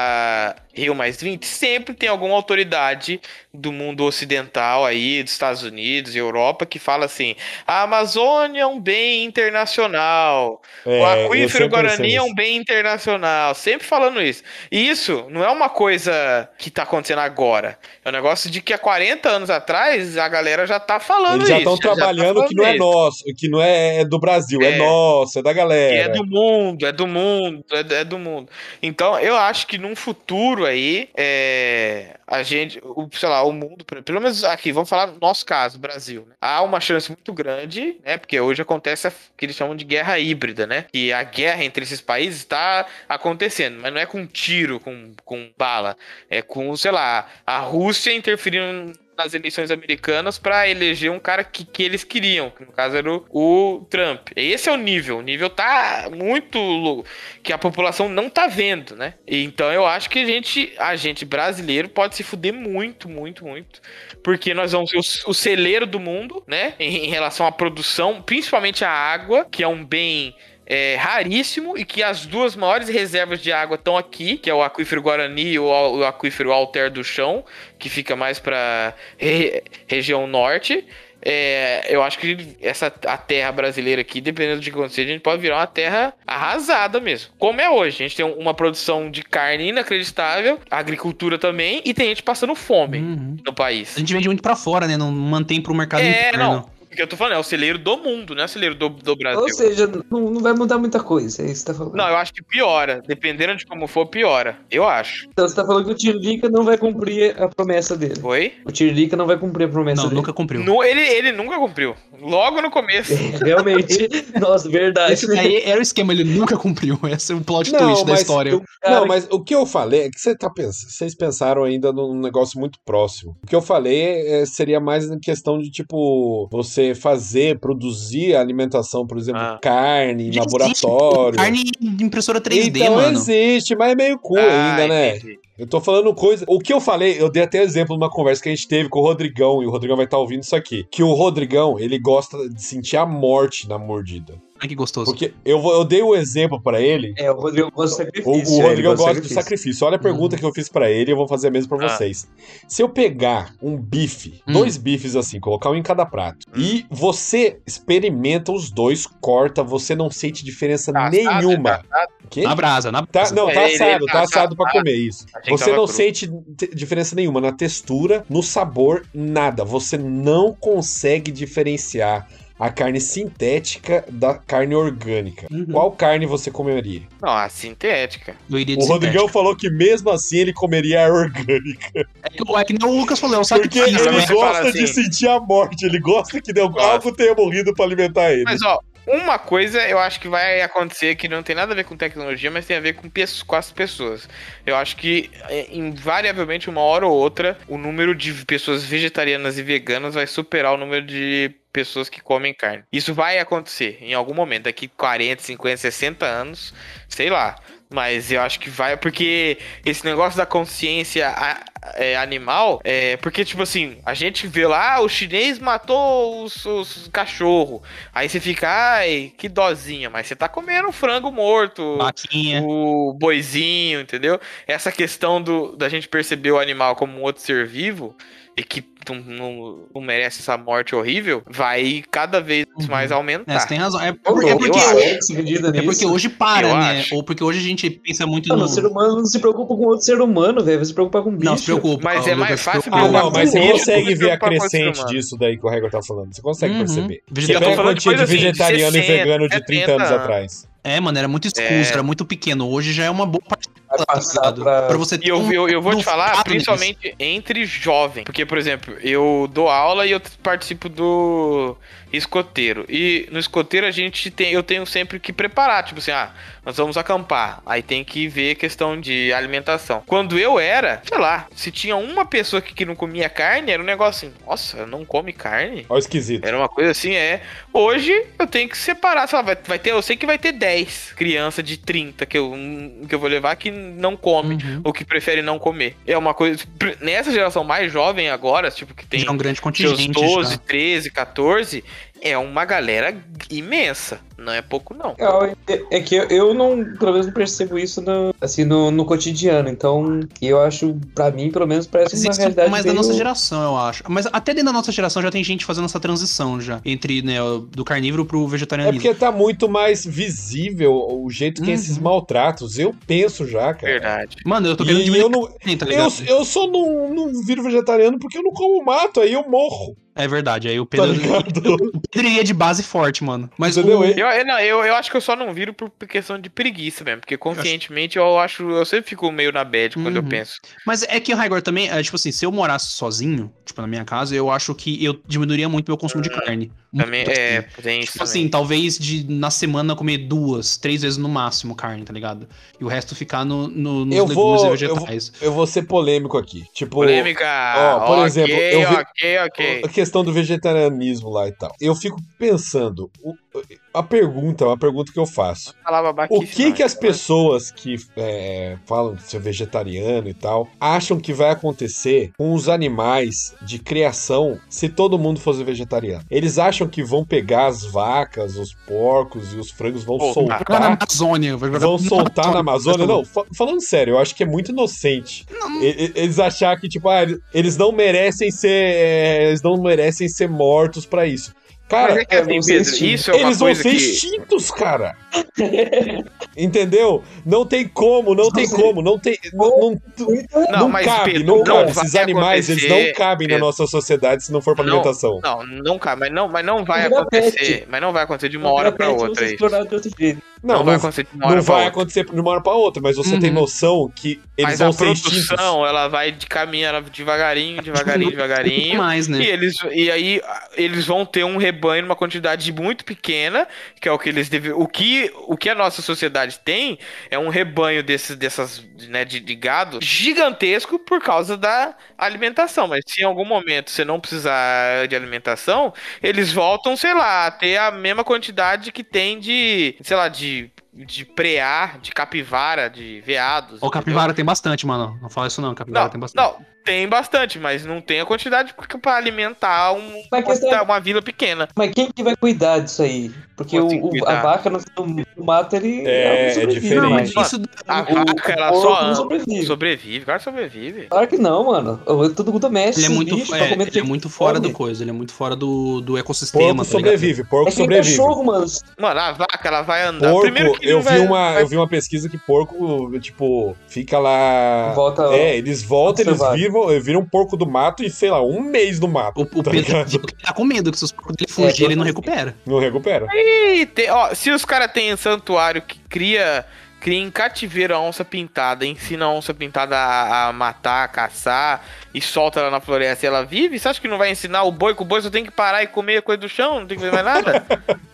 a Rio mais vinte, sempre tem alguma autoridade do mundo ocidental aí, dos Estados Unidos e Europa, que fala assim, a Amazônia é um bem internacional, É, o eu aquífero sempre Guarani pensei é um nisso. bem internacional, sempre falando isso. E isso não é uma coisa que tá acontecendo agora, é um negócio de que há quarenta anos atrás a galera já tá falando Eles já isso. estão tá trabalhando falando que não é isso. nosso, que não é, é do Brasil, é, É. nosso, é da Que galera. é do mundo, é do mundo, é, é do mundo. Então, eu acho que num futuro aí, é, a gente, o, sei lá, o mundo, pelo menos aqui, vamos falar no nosso caso, Brasil, né? Há uma chance muito grande, né? Porque hoje acontece o que eles chamam de guerra híbrida, né? E a guerra entre esses países está acontecendo, mas não é com tiro, com, com bala, é com, sei lá, a Rússia interferindo nas eleições americanas para eleger um cara que, que eles queriam, que no caso era o, o Trump. Esse é o nível. O nível tá muito louco, que a população não tá vendo, né? E então eu acho que a gente, a gente brasileiro pode se fuder muito, muito, muito, porque nós vamos ser o, o celeiro do mundo, né? Em, em relação à produção, principalmente a água, que é um bem é raríssimo e que as duas maiores reservas de água estão aqui, que é o aquífero Guarani e o, o aquífero Alter do Chão, que fica mais pra re, região norte. É, eu acho que essa, a terra brasileira aqui, dependendo do que acontecer, a gente pode virar uma terra arrasada mesmo. Como é hoje. A gente tem uma produção de carne inacreditável, agricultura também, e tem gente passando fome Uhum. no país. A gente vende muito pra fora, né? Não mantém pro mercado É, interno. não. O que eu tô falando é o celeiro do mundo, não é o celeiro do, do Brasil. Ou seja, não, não vai mudar muita coisa, é isso que você tá falando. Não, eu acho que piora. Dependendo de como for, piora. Eu acho. Então você tá falando que o Tiririca não vai cumprir a promessa dele. Oi? O Tiririca não vai cumprir a promessa Não, dele. nunca cumpriu. No, ele, ele nunca cumpriu. Logo no começo. Realmente. Nossa, verdade. Esse daí era o esquema, ele nunca cumpriu. Esse é o plot Não, twist da mas história. eu- Não, mas o que eu falei é que você tá pensando, vocês pensaram ainda num negócio muito próximo. O que eu falei é, seria mais na questão de, tipo, você fazer, produzir a alimentação, por exemplo, Ah. carne em Já laboratório. existe Carne de impressora três D, então mano. existe, mas é meio cool Ah, ainda, né? entendi. Eu tô falando coisa. O que eu falei, eu dei até exemplo numa conversa que a gente teve com o Rodrigão, e o Rodrigão vai estar ouvindo isso aqui. Que o Rodrigão, ele gosta de sentir a morte na mordida. Ai, que gostoso. Porque eu, vou- eu dei o exemplo pra ele. É, o Rodrigo gosta de O, o sacrifício. é, ele Rodrigão gosta do sacrifício. sacrifício. Olha a pergunta que eu fiz pra ele e eu vou fazer a mesma pra Ah. vocês. Se eu pegar um bife, Hum. dois bifes assim, colocar um em cada prato, e você experimenta os dois, corta, você não sente diferença Tá assado, nenhuma. tá O quê? Na brasa, na Tá, brasa. não, tá É, ele- assado, ele tá tá assado pra assado. comer isso. Achei que Você tava não cru. sente t- diferença nenhuma na textura, no sabor, nada. Você não consegue diferenciar a carne sintética da carne orgânica. Uhum. Qual carne você comeria? Não, a sintética. Eu iria O de Rodrigão sintética. falou que mesmo assim ele comeria a orgânica. É que, é que nem o Lucas falou, é um Porque sacrifício, ele mas né? você fala gosta de assim- sentir a morte, ele gosta que deu, Gosta. algo tenha morrido pra alimentar ele. Mas, ó, uma coisa eu acho que vai acontecer que não tem nada a ver com tecnologia, mas tem a ver com, pes- com as pessoas. Eu acho que, é, invariavelmente, uma hora ou outra, o número de pessoas vegetarianas e veganas vai superar o número de pessoas que comem carne. Isso vai acontecer em algum momento, daqui quarenta, cinquenta, sessenta anos, sei lá. Mas eu acho que vai, porque esse negócio da consciência a- é, animal, é porque, tipo assim, a gente vê lá, ah, o chinês matou os, os cachorros. Aí você fica, ai, que dozinha, mas você tá comendo frango morto, Vaquinha. o boizinho, entendeu? Essa questão do, da gente perceber o animal como um outro ser vivo e que não, não- não merece essa morte horrível, vai cada vez Uhum. mais É, aumentar. você tem razão. É, Ô, porque, é louco, porque, eu hoje, acho, se acredita é porque nisso? hoje para, Eu né? acho. Ou porque hoje a gente pensa muito Mano, no... o ser humano não se preocupa com outro ser humano, velho. Vai se preocupar com bicho. Não, se preocupa. Mas é Lucas, mais se fácil preocupa. Ah, preocupar não, com mas você bicho, consegue porque ver a preocupar com o ser crescente humano. disso daí que o Hegel tá falando. Você consegue Uhum. perceber. Você Vegetariano. pega a falando de quantia de coisa assim, vegetariano e sessenta, vegano de trinta anos setenta. atrás. É, mano, era muito escuso, É. era muito pequeno. Hoje já é uma boa parte Vai passar pra- pra você ter E eu, um- eu, eu vou um te falar, foco principalmente entre jovens. Porque, por exemplo, eu dou aula e eu participo do escoteiro. E no escoteiro a gente tem, eu tenho sempre que preparar. Tipo assim, ah, nós vamos acampar. Aí tem que ver questão de alimentação. Quando eu era, sei lá, se tinha uma pessoa que, que não comia carne, era um negócio assim, nossa, não come carne? Olha o esquisito. Era uma coisa assim, é. Hoje eu tenho que separar, sei lá, vai, vai ter, eu sei que vai ter dez crianças de trinta que eu, que eu vou levar que não come, Uhum. ou que prefere não comer. É uma coisa. Nessa geração mais jovem agora, tipo, que tem Já é um grande seus contingente. doze, já. treze, quatorze, é uma galera imensa. Não é pouco, não. É, é que eu, eu não, pelo menos, não percebo isso no, assim, no, no cotidiano. Então, eu acho, pra mim, pelo menos, parece Mas uma isso realidade mais meio... da nossa geração, eu acho. Mas até dentro da nossa geração já tem gente fazendo essa transição já. Entre, né, o- do carnívoro pro É vegetarianismo. porque tá muito mais visível o jeito que Uhum. esses maltratos. Eu penso já, cara. Verdade. Mano, eu tô querendo E diminuir eu não, carne, tá eu, ligado? eu só não, não viro vegetariano porque eu não como mato, aí eu morro. É verdade, aí o Tá Pedro, ligado? o Pedro iria de base forte, mano. Mas Entendeu? o, E- Eu, eu, não, eu, eu acho que eu só não viro por por questão de preguiça mesmo. Porque conscientemente eu acho. Eu sempre fico meio na bad quando eu Uhum. penso. Mas é que o Raigor também, é, tipo assim, se eu morasse sozinho, tipo, na minha casa, eu acho que eu diminuiria muito meu consumo de carne. Também Muito, é. assim. Tem isso Tipo também. assim, talvez de na semana comer duas, três vezes no máximo carne, tá ligado? E o resto ficar no, no, nos Eu legumes vou- e vegetais. Eu vou ser polêmico aqui. Tipo, Polêmica. ó, por ok, exemplo, eu vi- ok, ok. a questão do vegetarianismo lá e tal. Eu fico pensando, o- a pergunta, uma pergunta que eu faço. Falar O babaquice, que não, que as então, né? pessoas que é, falam de ser vegetariano e tal, acham que vai acontecer com os animais de criação se todo mundo fosse vegetariano? Eles acham que vão pegar as vacas, os porcos e os frangos, vão Pô, Vai jogar na soltar... Amazônia. Vai jogar Vão soltar na Amazônia? Não. Não, fa- falando sério, eu acho que é muito inocente. E- e- Eles achar que, tipo, ah, eles não merecem ser. é, Eles não merecem ser mortos pra isso. Cara, Mas é que assim, vão ser Pedro, extintos. isso é uma eles vão coisa ser que... extintos, cara. Entendeu? Não tem como, não tem Nossa, como, não tem. Não, não, Não, não mas, cabe, Pedro, não não cabe. vai Esses animais, eles acontecer, não cabem na Pedro. nossa sociedade se não for pra Não, alimentação. Não, não, cara, mas não, mas não vai Vira acontecer. pet. Mas não vai acontecer de uma hora pra outra isso. Explorar de outro jeito. Não, Não, não, vai acontecer de uma hora não pra vai outra. acontecer de uma hora pra outra, mas você Uhum. tem noção que eles Mas vão a ser extintos. produção, ela vai de caminho, ela devagarinho, devagarinho, devagarinho. mais, né? E, eles, e aí eles vão ter um rebanho numa quantidade muito pequena, que é o que eles devem. O que, o que a nossa sociedade tem é um rebanho desses, dessas, né, de, de gado gigantesco por causa da alimentação. Mas se em algum momento você não precisar de alimentação, eles voltam, sei lá, a ter a mesma quantidade que tem de, sei lá, de. De preá, de capivara, de veados. O entendeu? capivara tem bastante, mano. Não fala isso não, capivara Não, tem bastante. não, tem bastante, mas não tem a quantidade pra- pra alimentar um- Mas a questão é- uma vila pequena. Mas quem que vai cuidar disso aí? Porque Como o, assim o- cuidar? a vaca no, no mato, ele É, ela não é sobrevive, diferente. mas- Isso A O- vaca, o ela porco só não sobrevive. sobrevive, claro que sobrevive. Claro que não, mano. É tudo doméstico. ele é esses muito, bichos, é, pra comer ele é tudo muito que fora come. do coisa, ele é muito fora do, do ecossistema, Porco tá ligado? sobrevive, porco É que nem sobrevive. cachorro, mano. Mano, a vaca, ela vai andar. Porco, Primeiro que eu não vi, vai- uma, vai- eu vi uma pesquisa que porco, tipo, fica lá. Volta. É, eles voltam, eles observar. viram, viram um porco do mato e, sei lá, um mês no mato. O, o tá Pedro ligado? diz que ele tá com medo, que se os porcos dele fugir, É, ele não eu- recupera. Não recupera. Ih, tem- ó, se os caras têm santuário que cria, cria em cativeiro a onça pintada, ensina a onça pintada a, a matar, a caçar e solta ela na floresta e ela vive, você acha que não vai ensinar o boi que o boi só tem que parar e comer coisa do chão, não tem que fazer mais nada?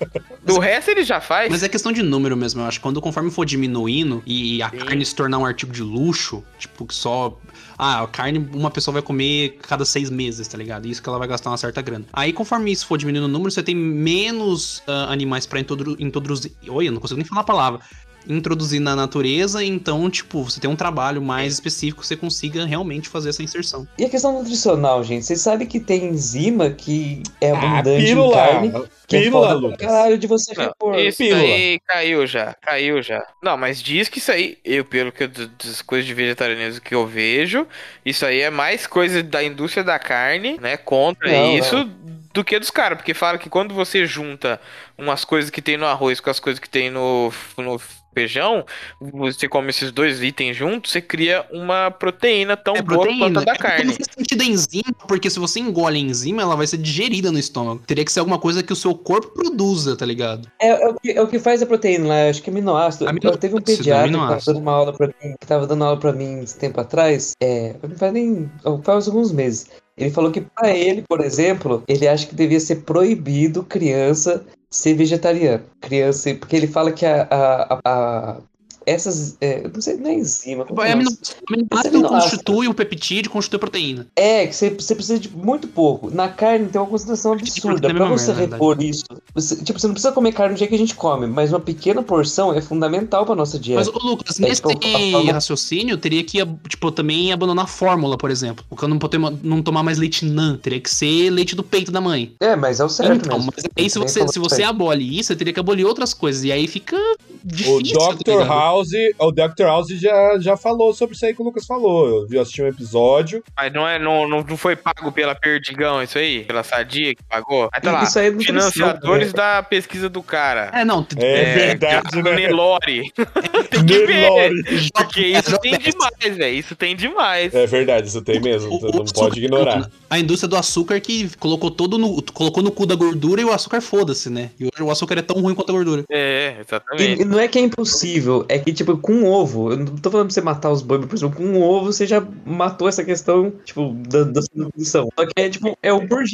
Do resto ele já faz. Mas é questão de número mesmo, eu acho. Quando conforme for diminuindo e a Sim. carne se tornar um artigo de luxo, tipo, que só. Ah, a carne uma pessoa vai comer cada seis meses, tá ligado? Isso que ela vai gastar uma certa grana. Aí, conforme isso for diminuindo o número, você tem menos ah, animais pra introdu- introduzir. Oi, eu não consigo nem falar a palavra. Introduzir na natureza, então, tipo, você tem um trabalho mais específico que você consiga realmente fazer essa inserção. E a questão nutricional, gente? Vocês sabem que tem enzima que é Ah, abundante em pílula. carne. Que é Pílula, foda pra Lucas. caralho de você Não, repor. isso Pílula. aí caiu já, caiu já. Não, mas diz que isso aí, eu pelo que eu- das coisas de vegetarianismo que eu vejo, isso aí é mais coisa da indústria da carne, né, contra Não, isso, do que dos caras, porque fala que quando você junta umas coisas que tem no arroz com as coisas que tem no, no feijão, você come esses dois itens juntos, você cria uma proteína tão É boa quanto a da é porque carne. não faz sentido a enzima, porque se você engole a enzima, ela vai ser digerida no estômago. Teria que ser alguma coisa que o seu corpo produza, tá ligado? É, é o que, é o que faz a proteína lá, acho que é aminoácido. Aminoácido, Eu teve um pediatra que tava aminoácido. dando uma aula pra mim, que tava dando aula pra mim esse tempo atrás, é, não faz nem, faz alguns meses. Ele falou que pra ele, por exemplo, ele acha que devia ser proibido criança ser vegetariano. Criança, porque ele fala que a, a, a- a- essas, é, não sei, não é enzima. como É, é? amino- aminoácido Aminoácido. constitui o peptídeo, constitui a proteína. É, que você, você precisa de muito pouco. Na carne tem uma concentração absurda. proteína Pra mesmo, você na verdade. repor isso, você, tipo, você não precisa comer carne do jeito que a gente come, mas uma pequena porção é fundamental pra nossa dieta. Mas, ô, Lucas, É, nesse tipo, a forma- raciocínio, teria que, tipo, também abandonar a fórmula, por exemplo. Porque eu não poder não tomar mais leite N A N. Teria que ser leite do peito da mãe. É, mas é o certo Então, mesmo. mas aí se Tem você, como se você sair. abole isso, você teria que abolir outras coisas. E aí fica O difícil. tá doutor ligado? House, o doutor House já, já falou sobre isso aí que o Lucas falou. Eu vi, assisti um episódio. Mas não, é, não, não não foi pago pela Perdigão isso aí? Pela Sadia que pagou? Aí tá lá, Isso aí é nutrição, financiadores né? da pesquisa do cara. É, não. É, verdade, Thiago né? Nelore. Tem que ver. Nelore. Porque isso tem Nelore. demais, velho. Isso tem demais. É verdade, isso tem mesmo. O- Você o não açúcar- pode ignorar. A indústria do açúcar que colocou todo no, colocou no cu da gordura e o açúcar foda-se, né? E hoje o açúcar é tão ruim quanto a gordura. É, E, exatamente. e não é que é impossível, é que, tipo, com ovo, eu não tô falando pra você matar os boi, por exemplo, com um ovo você já matou essa questão, tipo, da, da sua nutrição. Só que é, tipo, é o por dia.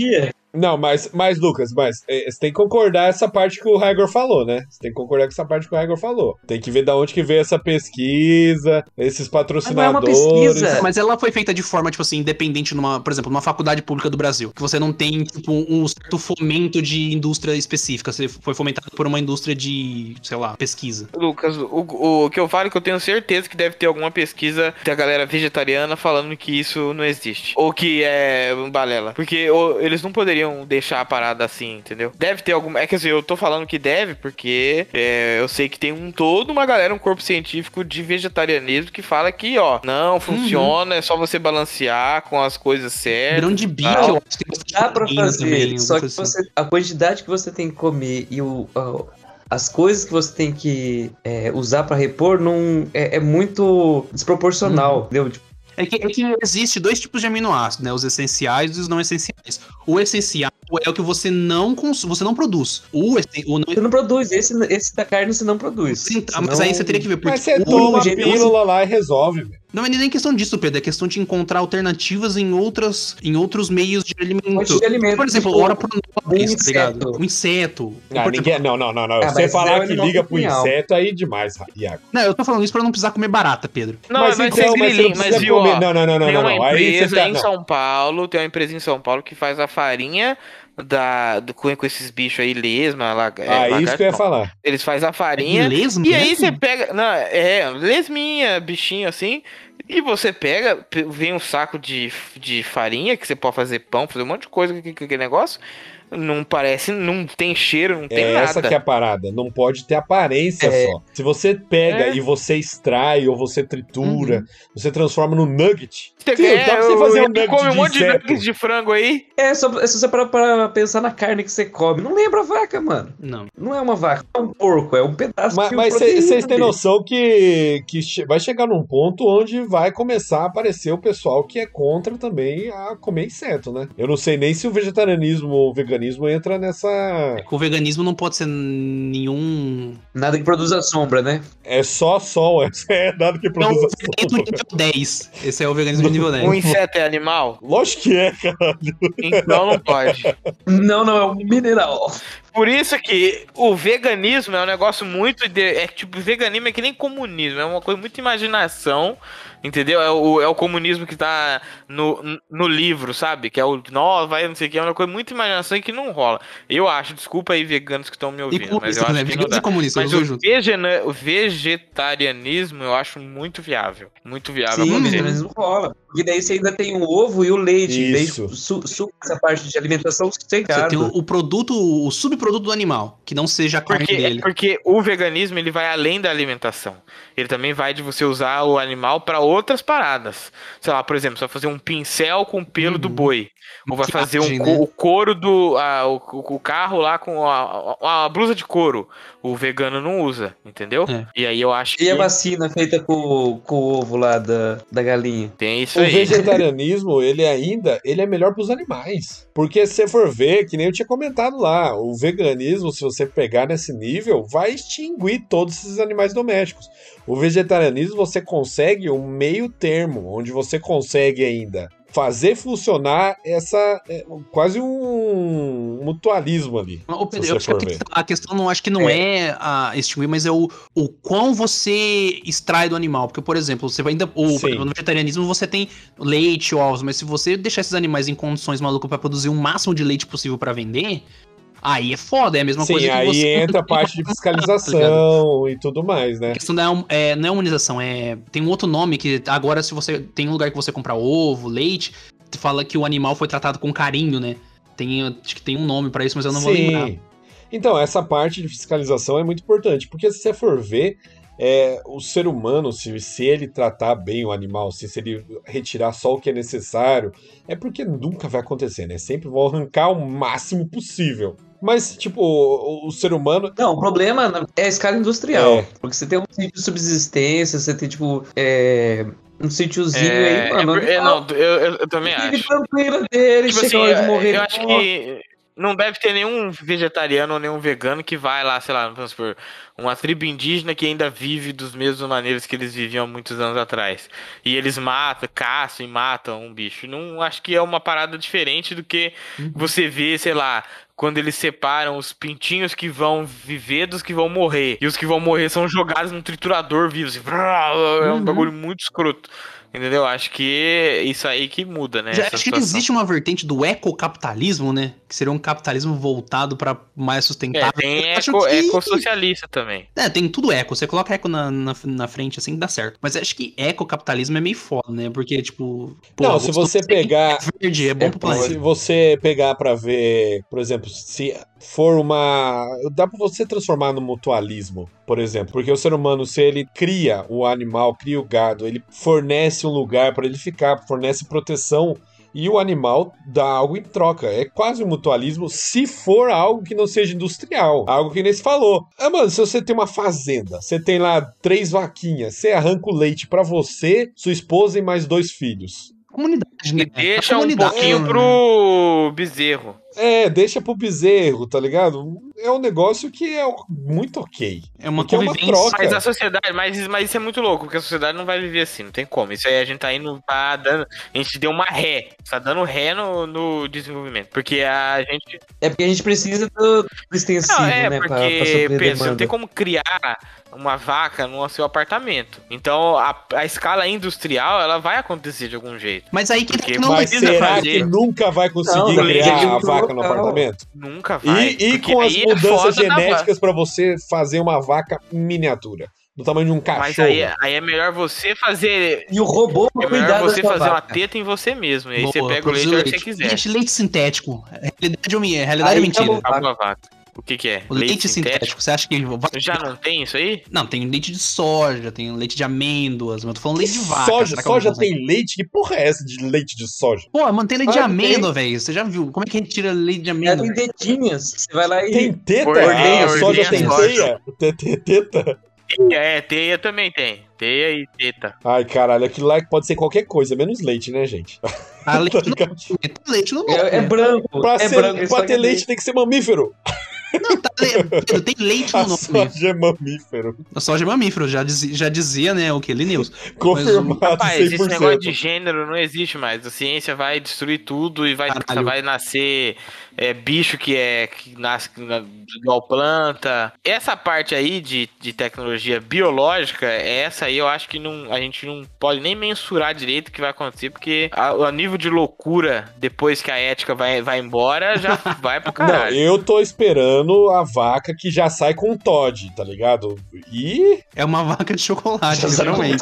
Não, mas, mas Lucas, mas é, você tem que concordar essa parte que o Raigor falou, né? Você tem que concordar com essa parte que o Raigor falou. Tem que ver da onde que veio essa pesquisa, esses patrocinadores. Mas não é uma pesquisa. Mas ela foi feita de forma, tipo assim, independente numa, por exemplo, numa faculdade pública do Brasil. Que você não tem, tipo, um certo fomento de indústria específica. Você foi fomentado por uma indústria de, sei lá, pesquisa. Lucas, o, o que eu falo é que eu tenho certeza que deve ter alguma pesquisa da galera vegetariana falando que isso não existe. Ou que é balela. Porque ou, eles não poderiam deixar a parada assim, entendeu? Deve ter alguma... É que assim, eu tô falando que deve porque é, eu sei que tem um todo uma galera, um corpo científico de vegetarianismo que fala que, ó, não funciona, uhum. é só você balancear com as coisas certas. Grão de bico, eu acho que tem dá pra fazer, também, só que assim. você, a quantidade que você tem que comer e o... o as coisas que você tem que é, usar pra repor não, é, é muito desproporcional, uhum. entendeu? Tipo, É que, é que existe dois tipos de aminoácidos, né? Os essenciais e os não essenciais. O essencial é o que você não cons... você não produz. O, essen... o não... Você não produz. Esse, esse da carne você não produz. Sim, Senão... Mas aí você teria que ver. Porque mas você o... toma a jeito- pílula lá e resolve, velho. Não é nem questão disso, Pedro. É questão de encontrar alternativas em, outras, em outros meios de alimento. Fonte de alimento, Por exemplo, tipo, ora pro nobres, um tá ligado? inseto. Um inseto. Ah, Por ninguém... exemplo, Não, não, não, não. Ah, Você mas falar é que animal liga pro colonial. inseto aí é demais, Iago. Não, eu tô falando isso pra não precisar comer barata, Pedro. Não, Mas vai então, ser mas você não grilinho, mas precisa viu, comer. ó, Não, não, não, não, tem uma não. Aí empresa você tá- em não. São Paulo, tem uma empresa em São Paulo que faz a farinha da, do, com, com esses bichos aí, lesma, lá, é, Ah, isso lagarto, que eu ia não. falar. Eles fazem a farinha, É de lesma, e né? aí você pega, não, é, lesminha, bichinho assim, e você pega, p- vem um saco de, de farinha, que você pode fazer pão, fazer um monte de coisa com com aquele negócio, não parece, não tem cheiro, não tem É nada. essa que é a parada. Não pode ter aparência É. só. Se você pega É. e você extrai ou você tritura, você transforma no nugget. Você Filho, quer, dá pra você eu- fazer um eu nugget come um de monte de inseto. nuggets de frango aí. É só, é só você parar pra pensar na carne que você come. Não lembra a vaca, mano. Não. Não é uma vaca, é um porco, é um pedaço Mas de mas proteína vocês têm dele. noção que, que che- vai chegar num ponto onde vai começar a aparecer o pessoal que é contra também a comer inseto, né? Eu não sei nem se o vegetarianismo ou o veganismo entra nessa... É que o veganismo não pode ser nenhum. Nada que produza sombra, né? É só sol, é nada que É o produz veganismo nível dez. Esse é o veganismo nível dez. Um inseto é animal? Lógico que é, cara. Então não pode. Não, não, é um mineral. Por isso que o veganismo é um negócio muito... De, é tipo, veganismo é que nem comunismo. É uma coisa muito imaginação, entendeu? É o, é o comunismo que tá no, no livro, sabe? Que é o... Nossa, vai não sei o que. É uma coisa muito imaginação e que não rola. Eu acho, desculpa aí veganos que estão me E ouvindo, mas comunista eu acho também. que não Veganos dá. e comunistas, Mas os o, dois juntos. vegana, o vegetarianismo eu acho muito viável. Muito viável Sim, o acontecer. vegetarianismo rola. Porque daí você ainda tem o ovo e o leite. Daí Isso. su, su, essa parte de alimentação Você sossegada. tem o, o produto, o subproduto do animal, que não seja a carne Porque, dele. porque o veganismo ele vai além da alimentação. Ele também vai de você usar o animal para outras paradas. Sei lá, por exemplo, você vai fazer um pincel com o pelo Uhum. do boi. Ou vai fazer um, Maquiagem, co- né? o couro do. ah, o, o- o carro lá com a, a- a blusa de couro. O vegano não usa, entendeu? É. E aí eu acho E que a vacina feita com, com o ovo lá da, da galinha. tem isso O aí. vegetarianismo, ele ainda, ele é melhor pros animais. Porque se você for ver, que nem eu tinha comentado lá, o veganismo, se você pegar nesse nível, vai extinguir todos esses animais domésticos. O vegetarianismo, você consegue um meio termo, onde você consegue ainda fazer funcionar essa, é, quase um mutualismo ali. Ô, Pedro, se eu você acho que a for ver. questão, a questão não acho que não é, a extinguir, mas é o, o quão você extrai do animal. Porque, por exemplo, você vai ainda. Ou, Sim. por exemplo, no vegetarianismo você tem leite, ovos, mas se você deixar esses animais em condições malucas pra produzir o máximo de leite possível pra vender, aí é foda, é a mesma Sim, coisa que aí você. entra a parte de Tá ligado? fiscalização e tudo mais, né? A questão da, é, não é humanização, é. Tem um outro nome que agora, se você. Tem um lugar que você compra ovo, leite, tu fala que o animal foi tratado com carinho, né? Tem, acho que tem um nome pra isso, mas eu não vou lembrar. Então, essa parte de fiscalização é muito importante, porque se você for ver, é, o ser humano, se, se ele tratar bem o animal, se, se ele retirar só o que é necessário, é porque nunca vai acontecer, né? Sempre vão arrancar o máximo possível. Mas, tipo, o, o ser humano... Não, o problema é a escala industrial. É. Porque você tem um sítio de subsistência, você tem, tipo, é, um sítiozinho É, aí, mano. é, é, não, eu, eu- eu também Vive acho. tranquilo dele, Tipo chega assim, a hora de morrer. eu ele acho morre. que não deve ter nenhum vegetariano ou nenhum vegano que vai lá, sei lá, vamos supor, uma tribo indígena que ainda vive dos mesmos maneiras que eles viviam há muitos anos atrás. E eles matam, caçam e matam um bicho. Não acho que é uma parada diferente do que uhum. você vê, sei lá, quando eles separam os pintinhos que vão viver dos que vão morrer. E os que vão morrer são jogados num triturador vivo. Assim, é um uhum. bagulho muito escroto. Entendeu? Acho que isso aí que muda, né? Já, acho situação. que existe uma vertente do ecocapitalismo, né? Que seria um capitalismo voltado para mais sustentável. É, tem eco, que... ecossocialista também. É, tem tudo eco. Você coloca eco na, na, na frente assim, dá certo. Mas acho que ecocapitalismo é meio foda, né? Porque, tipo... Pô, não, se você pegar... Verde, é bom é, pro planeta. Se você pegar pra ver, por exemplo, se for uma... Dá pra você transformar no mutualismo, por exemplo. Porque o ser humano, se ele cria o animal, cria o gado, ele fornece um lugar para ele ficar, fornece proteção e o animal dá algo em troca. É quase um mutualismo se for algo que não seja industrial, algo que nem se falou. Ah, mano, se você tem uma fazenda, você tem lá três vaquinhas, você arranca o leite para você, sua esposa e mais dois filhos. Comunidade, né? E deixa comunidade, um pouquinho né? pro bezerro. É, deixa pro bezerro, tá ligado? É um negócio que é muito ok. É uma porque convivência. É uma troca. Mas a sociedade, mas, mas isso é muito louco, porque a sociedade não vai viver assim, não tem como. Isso aí a gente tá indo, tá dando, a gente deu uma ré, tá dando ré no, no desenvolvimento. Porque a gente... É porque a gente precisa do, do extensivo, não, é, né? porque, pra, pra pensa, você não tem como criar uma vaca no seu apartamento. Então, a, a escala industrial, ela vai acontecer de algum jeito. Mas aí que porque não Mas precisa será fazer. que nunca vai conseguir Não, criar a local. vaca no apartamento? Nunca vai. E, e porque com as aí é mudanças foda da genéticas pra você fazer uma vaca miniatura, do tamanho de um cachorro. Mas aí, aí é melhor você fazer. E o robô É melhor você fazer uma teta em você mesmo. E aí Boa, você pega o leite a hora que você quiser. Leite, leite sintético. Realidade ou é realidade Aí ou mentira? acabou. Acabou a vaca. O que que é? O leite, leite sintético. sintético, você acha que... Já não tem isso aí? Não, tem leite de soja, tem leite de amêndoas, mas eu tô falando leite de vaca. Soja, soja tem leite? Que porra é essa de leite de soja? Pô, mano, tem leite ah, de amêndoa, tem... velho. Você já viu? Como é que a gente tira leite de É, amêndoa? tem tetinhas. Você vai lá e... Tem teta? Ordenha, Ah, a soja ordenha tem soja. teia? Teta? É, teia também tem. Teia e teta. Ai, caralho, aquilo lá pode ser qualquer coisa, menos leite, né, gente? Ah, leite, no... leite no nome. É, é branco. Pra, é ser, branco, pra ter leite tem que ser mamífero. Não, tá, Pedro, tem leite no A nome. soja é mamífero. A soja é mamífero, já dizia, já dizia né, o que? Linneus. Confirmado, Rapaz, cem por cento. esse negócio de gênero não existe mais. A ciência vai destruir tudo e vai, vai nascer é, bicho que é que nasce igual planta. Essa parte aí de, de tecnologia biológica, essa aí eu acho que não, a gente não pode nem mensurar direito o que vai acontecer, porque a, a nível de loucura, depois que a ética vai, vai embora, já vai pro caralho. Não, eu tô esperando a vaca que já sai com Todd, tá ligado? E... É uma vaca de chocolate, literalmente.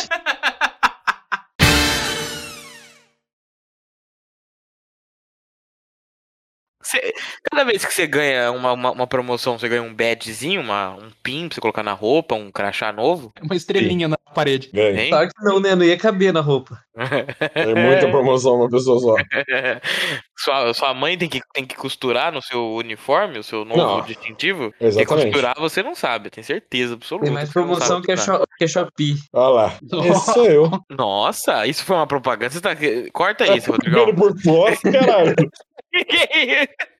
Cê, cada vez que você ganha uma, uma, uma promoção, você ganha um badgezinho, uma, um pin pra você colocar na roupa, um crachá novo. Uma estrelinha Sim. na parede. Ganha. Claro que não, né? Não ia caber na roupa. É muita promoção, uma pessoa só. Sua, sua mãe tem que, tem que costurar no seu uniforme, o seu novo não. distintivo? Exatamente. Tem que costurar, você não sabe, tem certeza absoluta. Tem mais promoção que, é shop, que é Shopee. Olha lá, esse sou eu. Nossa, isso foi uma propaganda. Você tá... Corta tá isso, Rodrigo. Por posse, caralho.